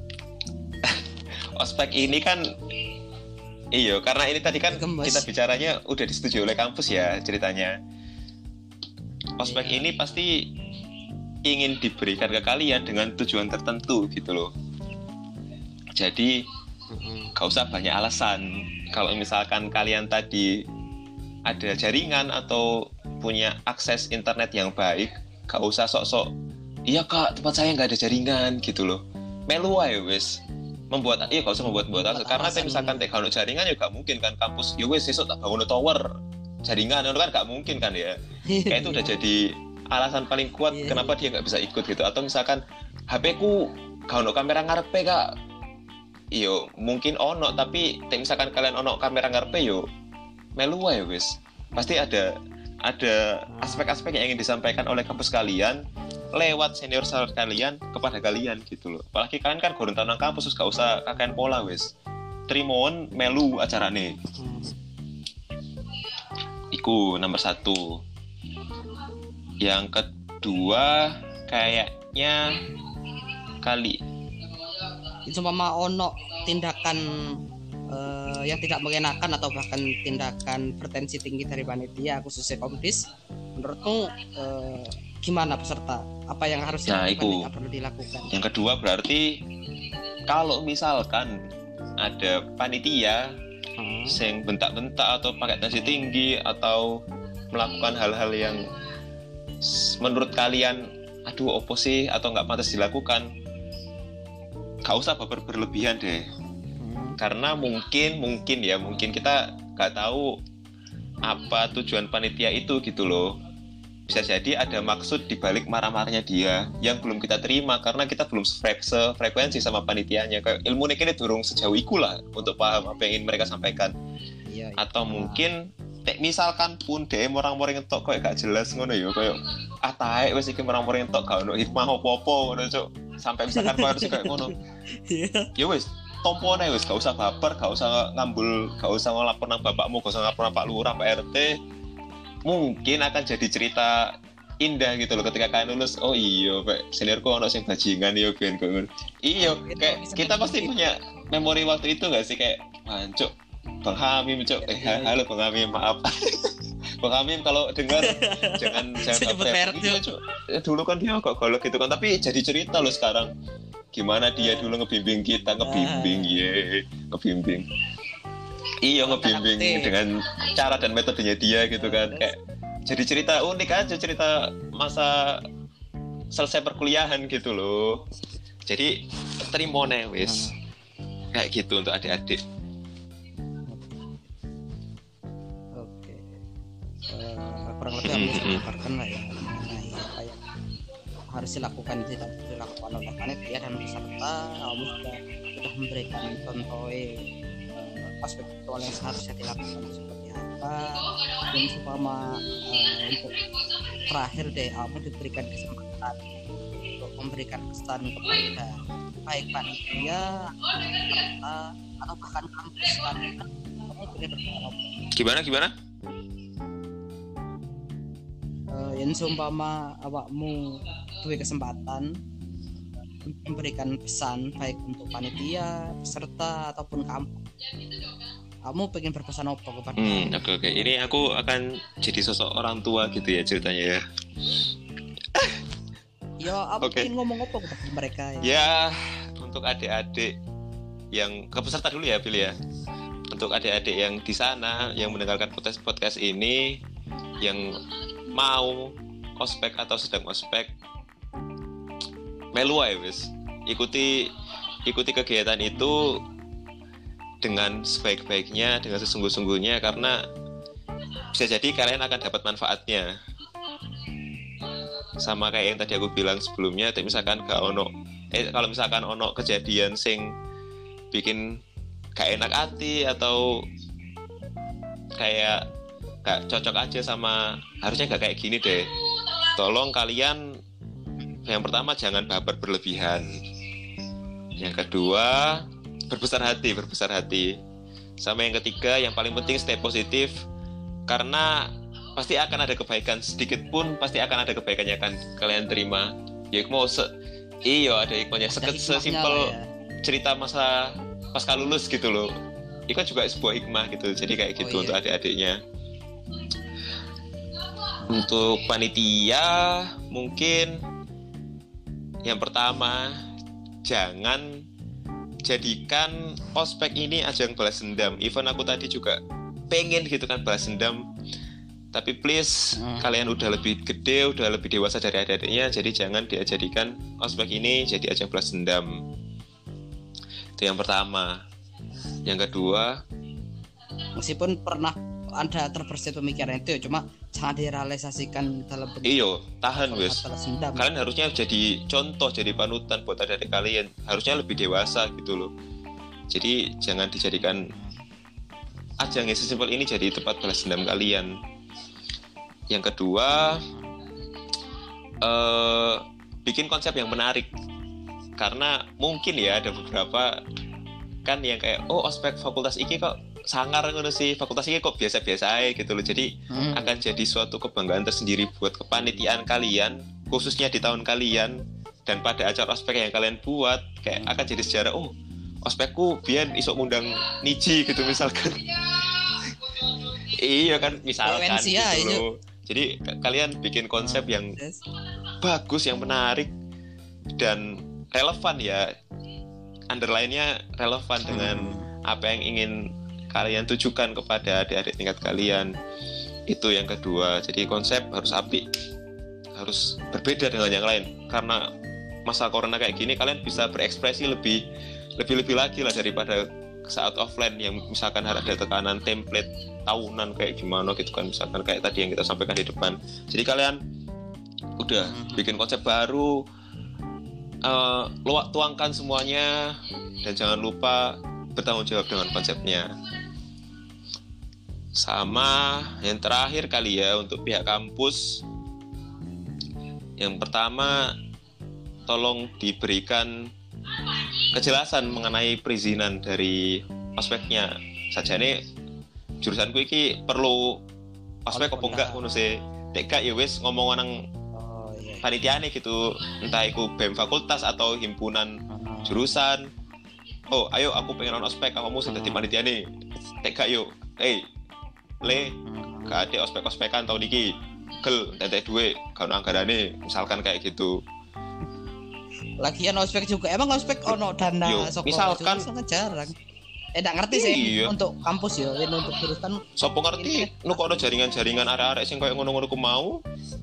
Ospek ini kan, iyo karena ini tadi kan Gemes. kita bicaranya udah disetujui oleh kampus ya ceritanya. Ospek Iya. ini pasti ingin diberikan ke kalian dengan tujuan tertentu gitu loh. Jadi gak usah banyak alasan. Kalau misalkan kalian tadi ada jaringan atau punya akses internet yang baik, gak usah sok-sok iya kak tempat saya nggak ada jaringan gitu loh, melu aja wes membuat iya gak usah membuat-buat alasan. Karena kayak misalkan teh kalau jaringan ya gak mungkin kan kampus ya wes besok tak bangun tower jaringan itu kan gak mungkin kan ya. Kayak itu udah jadi alasan paling kuat Iya, kenapa dia nggak bisa ikut gitu. Atau misalkan H P ku gak ono kamera ngarepe kak, iyo mungkin ono tapi teh misalkan kalian ono kamera ngarepe yo melu aja wes, pasti ada ada aspek-aspek yang ingin disampaikan oleh kampus kalian lewat senior senior kalian kepada kalian gitu loh. Apalagi kalian kan gurun tanang kampus, terus gak usah kakek pola wes, trimon melu acarane. Hmm. Iku nomor satu. Yang kedua kayaknya kali Itu cuma ono tindakan eh, yang tidak mengenakan atau bahkan tindakan pretensi tinggi dari panitia khususnya komdis. Menurutmu eh, gimana peserta? Apa yang harus Nah, dilakukan, iku. tidak perlu dilakukan? Yang kedua berarti kalau misalkan ada panitia Hmm. yang bentak-bentak atau pakai tensi tinggi atau melakukan hal-hal yang s- menurut kalian aduh opo sih atau nggak pantas dilakukan, gak usah baper berlebihan deh. Hmm. Karena mungkin mungkin ya mungkin kita nggak tahu apa tujuan panitia itu gitu loh. Bisa jadi ada maksud dibalik marah-marahnya dia yang belum kita terima karena kita belum sefre- sefrekuensi sama panitianya. Kayak ilmu ini durung sejauh itu lah untuk paham apa yang ingin mereka sampaikan. Iya, iya. Atau mungkin tek misalkan pun D M orang-orang ngetok kayak gak jelas ngono ya kayak ah taek wis iki orang-orang ngetok gak ono hikmah opo-opo ngono cuk. Sampai misalkan kau harus kayak ngono. Iya. Ya wis tompone wis gak usah baper, gak usah ngambul, gak usah ngelapor nang bapakmu, gak usah ngelapor nang Pak Lurah, Pak R T. Mungkin akan jadi cerita indah gitu loh ketika kalian lulus. Oh iya, Pak, seniorku ono sing bajingan yo ben kok ngono. Iya, Itu kayak bisa kita pasti terjadi. punya memori waktu itu gak sih kayak Cuk, Bang Hamim, Cuk. Eh, Iya, iya. halo Bang Hamim, maaf. Bang Hamim kalau dengar jangan jangan Sebut sampai merek, iya, Cuk. Eh, dulu kan dia kok golok gitu kan, tapi jadi cerita loh sekarang. Gimana dia dulu ngebimbing kita, ngebimbing, ye, ngebimbing. Iya, ngebimbing Aktif. dengan cara dan metodenya dia gitu kan. Kayak jadi cerita unik aja, cerita masa selesai perkuliahan gitu loh. Jadi terimone wis. Kayak gitu untuk adik-adik. Oke. Eh, kurang lebih aku bisa memaparkan lah ya mengenai apa yang harus dilakukan tidak dilakukan oleh panitia dan peserta. Kamu sudah sudah memberikan contoh eh, aspek ritual yang seharusnya dilakukan seperti apa. Dan supaya eh, untuk terakhir deh kamu diberikan kesempatan untuk memberikan kesan kepada baik panitia, peserta atau bahkan kampus karena kamu boleh berharap Gimana gimana? uh, yang seumpama awakmu duwe kesempatan memberikan pesan baik untuk panitia, peserta ataupun kampus. Kamu pengen berpesan apa kepada Hmm, oke oke. Ini aku akan jadi sosok orang tua gitu ya ceritanya ya. Ya, apa Oke. pengen ngomong apa kepada mereka ya? Ya, untuk adik-adik yang ke peserta dulu ya, Bill ya. Untuk adik-adik yang di sana yang mendengarkan podcast podcast ini, yang mau ospek atau sedang ospek, melu ae wis. Ikuti ikuti kegiatan itu dengan sebaik-baiknya, dengan sesungguh-sungguhnya, karena bisa jadi kalian akan dapat manfaatnya. Sama kayak yang tadi aku bilang sebelumnya, misalkan gak ono eh kalau misalkan ono kejadian sing bikin gak enak hati atau kayak gak cocok aja sama, harusnya gak kayak gini deh, tolong kalian yang pertama jangan baper berlebihan, yang kedua berbesar hati berbesar hati sama yang ketiga yang paling penting stay positif, karena pasti akan ada kebaikan, sedikit pun pasti akan ada kebaikannya kan kalian terima. Ya mau se iyo ada hikmahnya, seket sesimpel ya. Cerita masa pasca lulus gitu loh, itu kan juga sebuah hikmah gitu. Jadi kayak gitu. Oh, iya. Untuk adik-adiknya. Untuk panitia mungkin yang pertama, jangan jadikan ospek ini ajang balas dendam. Even aku tadi juga pengen gitu kan balas dendam, tapi please hmm. kalian udah lebih gede, udah lebih dewasa dari adik-adiknya, jadi jangan dijadikan ospek ini jadi ajang balas dendam. Itu yang pertama. Yang kedua, meskipun pernah ada terbersit pemikiran itu, cuma jangan direalisasikan dalam bentuk. Iyo, tahan wes. Kalian harusnya jadi contoh, jadi panutan buat adik-adik kalian. Harusnya lebih dewasa gitu loh. Jadi jangan dijadikan ajang yang sesimpel ini jadi tempat balas dendam kalian. Yang kedua, eh, bikin konsep yang menarik. Karena mungkin ya ada beberapa kan yang kayak oh ospek fakultas iki kok sangar ngono sih, fakultas ini kok biasa-biasa aja gitu loh. Jadi hmm. akan jadi suatu kebanggaan tersendiri buat kepanitiaan kalian, khususnya di tahun kalian, dan pada acara ospek yang kalian buat kayak akan jadi sejarah. Oh ospekku biar isok ngundang Niji gitu misalkan. Iya kan misalkan gitu ya, loh. Jadi k- kalian bikin konsep yang yes. bagus, yang menarik dan relevan ya. Underline-nya relevan hmm. dengan apa yang ingin kalian tujukan kepada adik-adik tingkat kalian. Itu yang kedua. Jadi konsep harus apik, harus berbeda dengan yang lain. Karena masa corona kayak gini kalian bisa berekspresi lebih lebih-lebih lagi lah daripada saat offline yang misalkan ada tekanan template tahunan kayak gimana gitu kan, misalkan kayak tadi yang kita sampaikan di depan. Jadi kalian udah bikin konsep baru, uh, luak tuangkan semuanya dan jangan lupa bertanggung jawab dengan konsepnya. Sama yang terakhir kali ya untuk pihak kampus, yang pertama tolong diberikan kejelasan mengenai perizinan dari ospeknya. Sajane jurusanku iki perlu ospek apa enggak ngono sih. Nek gak ya wis ngomong nang oh, iya. panitiane gitu, entah iku B E M fakultas atau himpunan uh-huh. jurusan. Oh, ayo aku pengen on ospek, kamu sing dadi panitiane. Nek gak yo, hey, le, uh-huh. gak ada ospek-ospekan tahun iki. Gel, tetek duwe, gak ono anggarane, misalkan kayak gitu. Lagian ospek juga emang ospek ono dana soko misalkan sangat jarang. Eh ndak ngerti sih iya. Untuk kampus ya, ini untuk jurusan sopo ngerti nu kok ono jaringan-jaringan arek-arek sing koyo ngono-ngono ku mau.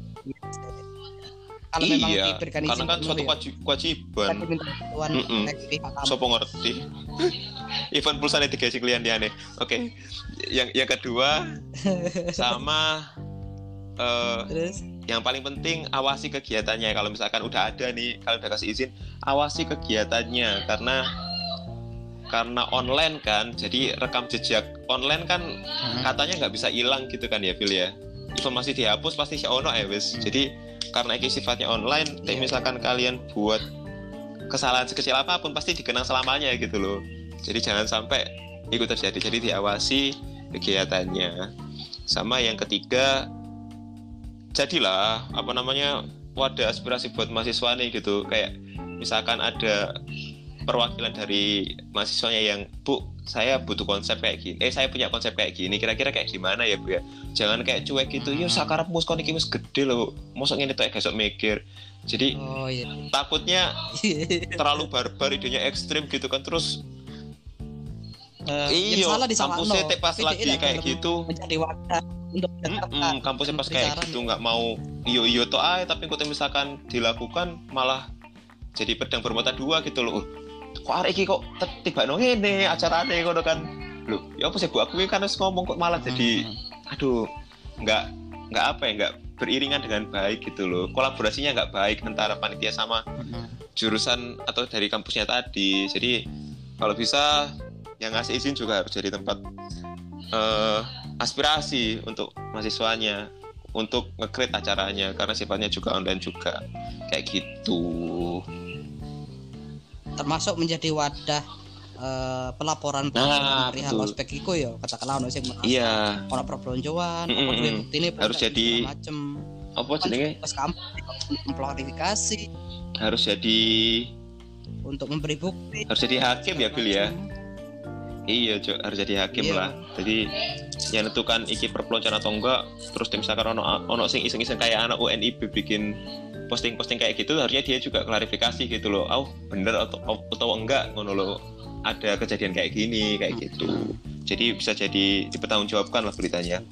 Kalau iya, memang diberikan izin karena kan suatu ya. Kewajiban. Sopo ngerti. Event pulsane digawe klien diane. Oke. Yang yang kedua sama uh, terus yang paling penting awasi kegiatannya. Kalau misalkan udah ada nih, kalau udah kasih izin, awasi kegiatannya karena karena online kan, jadi rekam jejak online kan hmm. katanya nggak bisa hilang gitu kan ya, Phil ya. Informasi dihapus pasti si ono ya wis. Hmm. Jadi karena ini sifatnya online, yeah. misalkan kalian buat kesalahan sekecil apapun pasti dikenang selamanya gitu loh. Jadi jangan sampai itu terjadi. Jadi diawasi kegiatannya. Sama yang ketiga, jadilah apa namanya wadah aspirasi buat mahasiswa nih gitu. Kayak misalkan ada perwakilan dari mahasiswanya yang bu saya butuh konsep kayak gini. Eh saya punya konsep kayak gini. Kira-kira kayak gimana ya Bu ya? Jangan kayak cuek gitu. Yo sakarepmu kon iki wis gede lho. Mosok ngene tok gak mikir. Jadi Oh iya. takutnya terlalu barbar, idenya ekstrim gitu kan. Terus Uh, iyo, yang salah di sama kampusnya no. Pas lagi kayak gitu menjadi wadah untuk mm kampusnya pas kayak gitu nggak mau iyo iyo toh ah tapi kalau misalkan dilakukan malah jadi pedang bermata dua gitu loh. Kok arek iki kok tiba no ngene acarane ngono kan. Loh, ya apa sih Bu aku kan harus ngomong kok malah jadi aduh, nggak nggak apa ya, nggak beriringan dengan baik gitu loh. Kolaborasinya nggak baik antara panitia sama jurusan atau dari kampusnya tadi. Jadi kalau bisa yang ngasih izin juga harus jadi tempat uh, aspirasi untuk mahasiswanya untuk nge-create acaranya karena sifatnya juga online juga kayak gitu. Termasuk menjadi wadah uh, pelaporan nah, perihal ospek iku ya katakanlah ono sing merasa iya. ono perblonjoan mm-hmm. apa buktine harus jadi macam apa jenenge pas kampus klarifikasi harus jadi untuk memberi bukti harus jadi hakim ya Bil ya. Iya, Cok, harus jadi hakim iya. lah. Jadi yang nentukan iki perpeloncoan atau enggak. Terus misalkan ono ono sing iseng-iseng kayak anak U N I B bikin posting-posting kayak gitu, harusnya dia juga klarifikasi gitu loh. Oh, bener atau atau enggak ngono loh. Ada kejadian kayak gini, kayak gitu. Jadi bisa jadi dipertanggungjawabkan lah beritanya.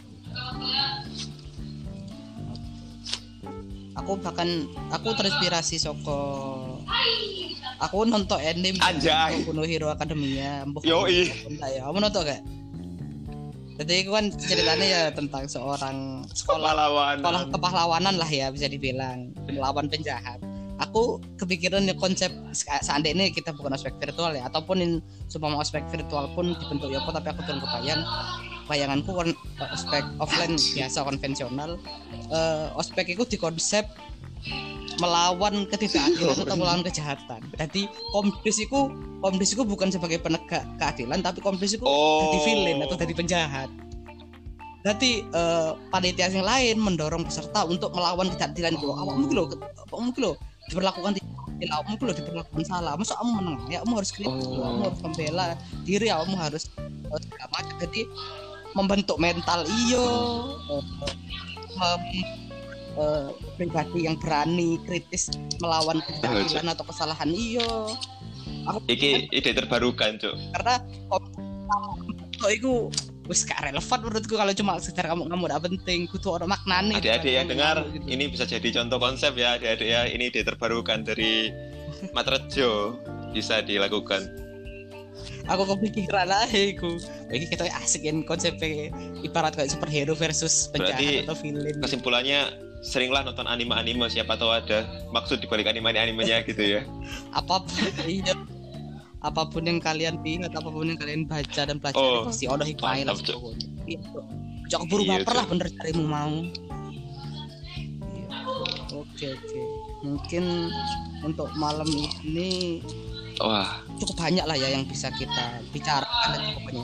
Aku bahkan aku terinspirasi soko aku nonton anime Anjay Boku no Hero Academia. Yoi ya, kamu nonton gak? Jadi itu kan ceritanya ya tentang seorang sekolah sekolah kepahlawanan lah ya bisa dibilang melawan penjahat. Aku kepikiran ya konsep seandainya kita bukan ospek virtual ya ataupun semua ospek virtual pun dibentuk ya apa tapi aku turun kebayang bayanganku kan ospek offline biasa konvensional uh, ospek itu dikonsep melawan ketidakadilan atau melawan kejahatan. Jadi Komdis itu Komdis itu bukan sebagai penegak keadilan tapi Komdis itu oh. jadi villain atau jadi penjahat. Jadi uh, panitia yang lain mendorong peserta untuk melawan ketidakadilan itu. Awakmu gitu loh, awakmu gitu loh diperlakukan tidak, awakmu gitu loh diperlakukan salah. Masa kamu menang? Ya kamu harus kritis, oh. kamu harus membela diri, kamu harus segala macam. Jadi membentuk mental iyo. Uh, um, Uh, pribadi yang berani kritis melawan ketidakadilan atau kesalahan iyo. Aku iki ide terbarukan Cuk. Karena kok itu wis gak relevan menurutku kalau cuma sekedar kamu kamu udah penting kudu orang maknane. Adik-adik yang dengar gitu. Ini bisa jadi contoh konsep ya adik-adik ya. Ini ide terbarukan dari Matrejo bisa dilakukan. Aku kepikiran aja iku. Iki kita asik kan konsepnya ibarat kayak superhero versus penjahat berarti atau villain. Kesimpulannya seringlah nonton anime-anime siapa tahu ada maksud dibalik anime-animenya gitu ya. Apapun iya. Apapun yang kalian lihat, apapun yang kalian baca dan pelajari oh, pasti ada hikmahnya lah pokoknya. Jangan buru baper lah bener carimu mau. Iya. Oke oke. Mungkin untuk malam ini wah cukup banyak lah ya yang bisa kita bicarakan dan pokoknya.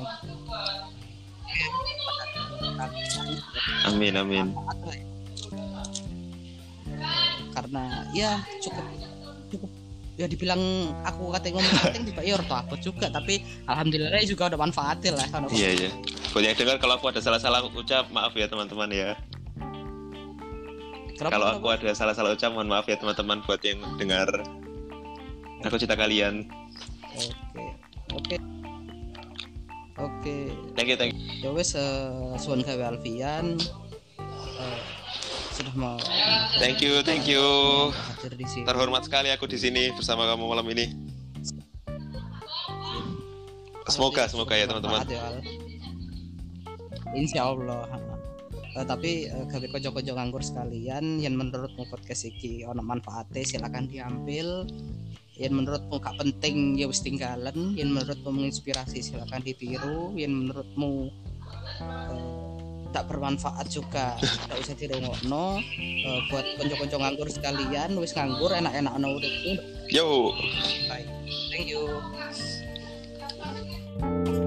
Amin amin. Karena ya cukup cukup ya dibilang aku katanya ngomong penting tiba ya orto aku juga tapi alhamdulillah juga udah manfaatin lah kan. Iya iya. Kau yang dengar kalau aku ada salah-salah ucap maaf ya teman-teman ya. Kenapa, kalau kenapa? Aku ada salah-salah ucap mohon maaf ya teman-teman buat yang dengar. Aku cerita kalian. Oke oke oke. Thank you thank you. Ya wes uh, suwun gawe Alfian. Uh, sudah mau thank you thank you terhormat sekali aku di sini bersama kamu malam ini. Semoga semoga ya teman-teman insya Allah. Uh, tapi uh, gawe kocok-kocok nganggur sekalian yang menurutmu podcast iki ono manfaatnya silakan diambil, yang menurutmu gak penting ya wis tinggalan, yang menurutmu menginspirasi silakan ditiru, yang menurutmu uh, tak bermanfaat juga tidak usah direngokno. Uh, buat konco-konco nganggur sekalian wis nganggur enak-enak ana uripku yo bye thank you.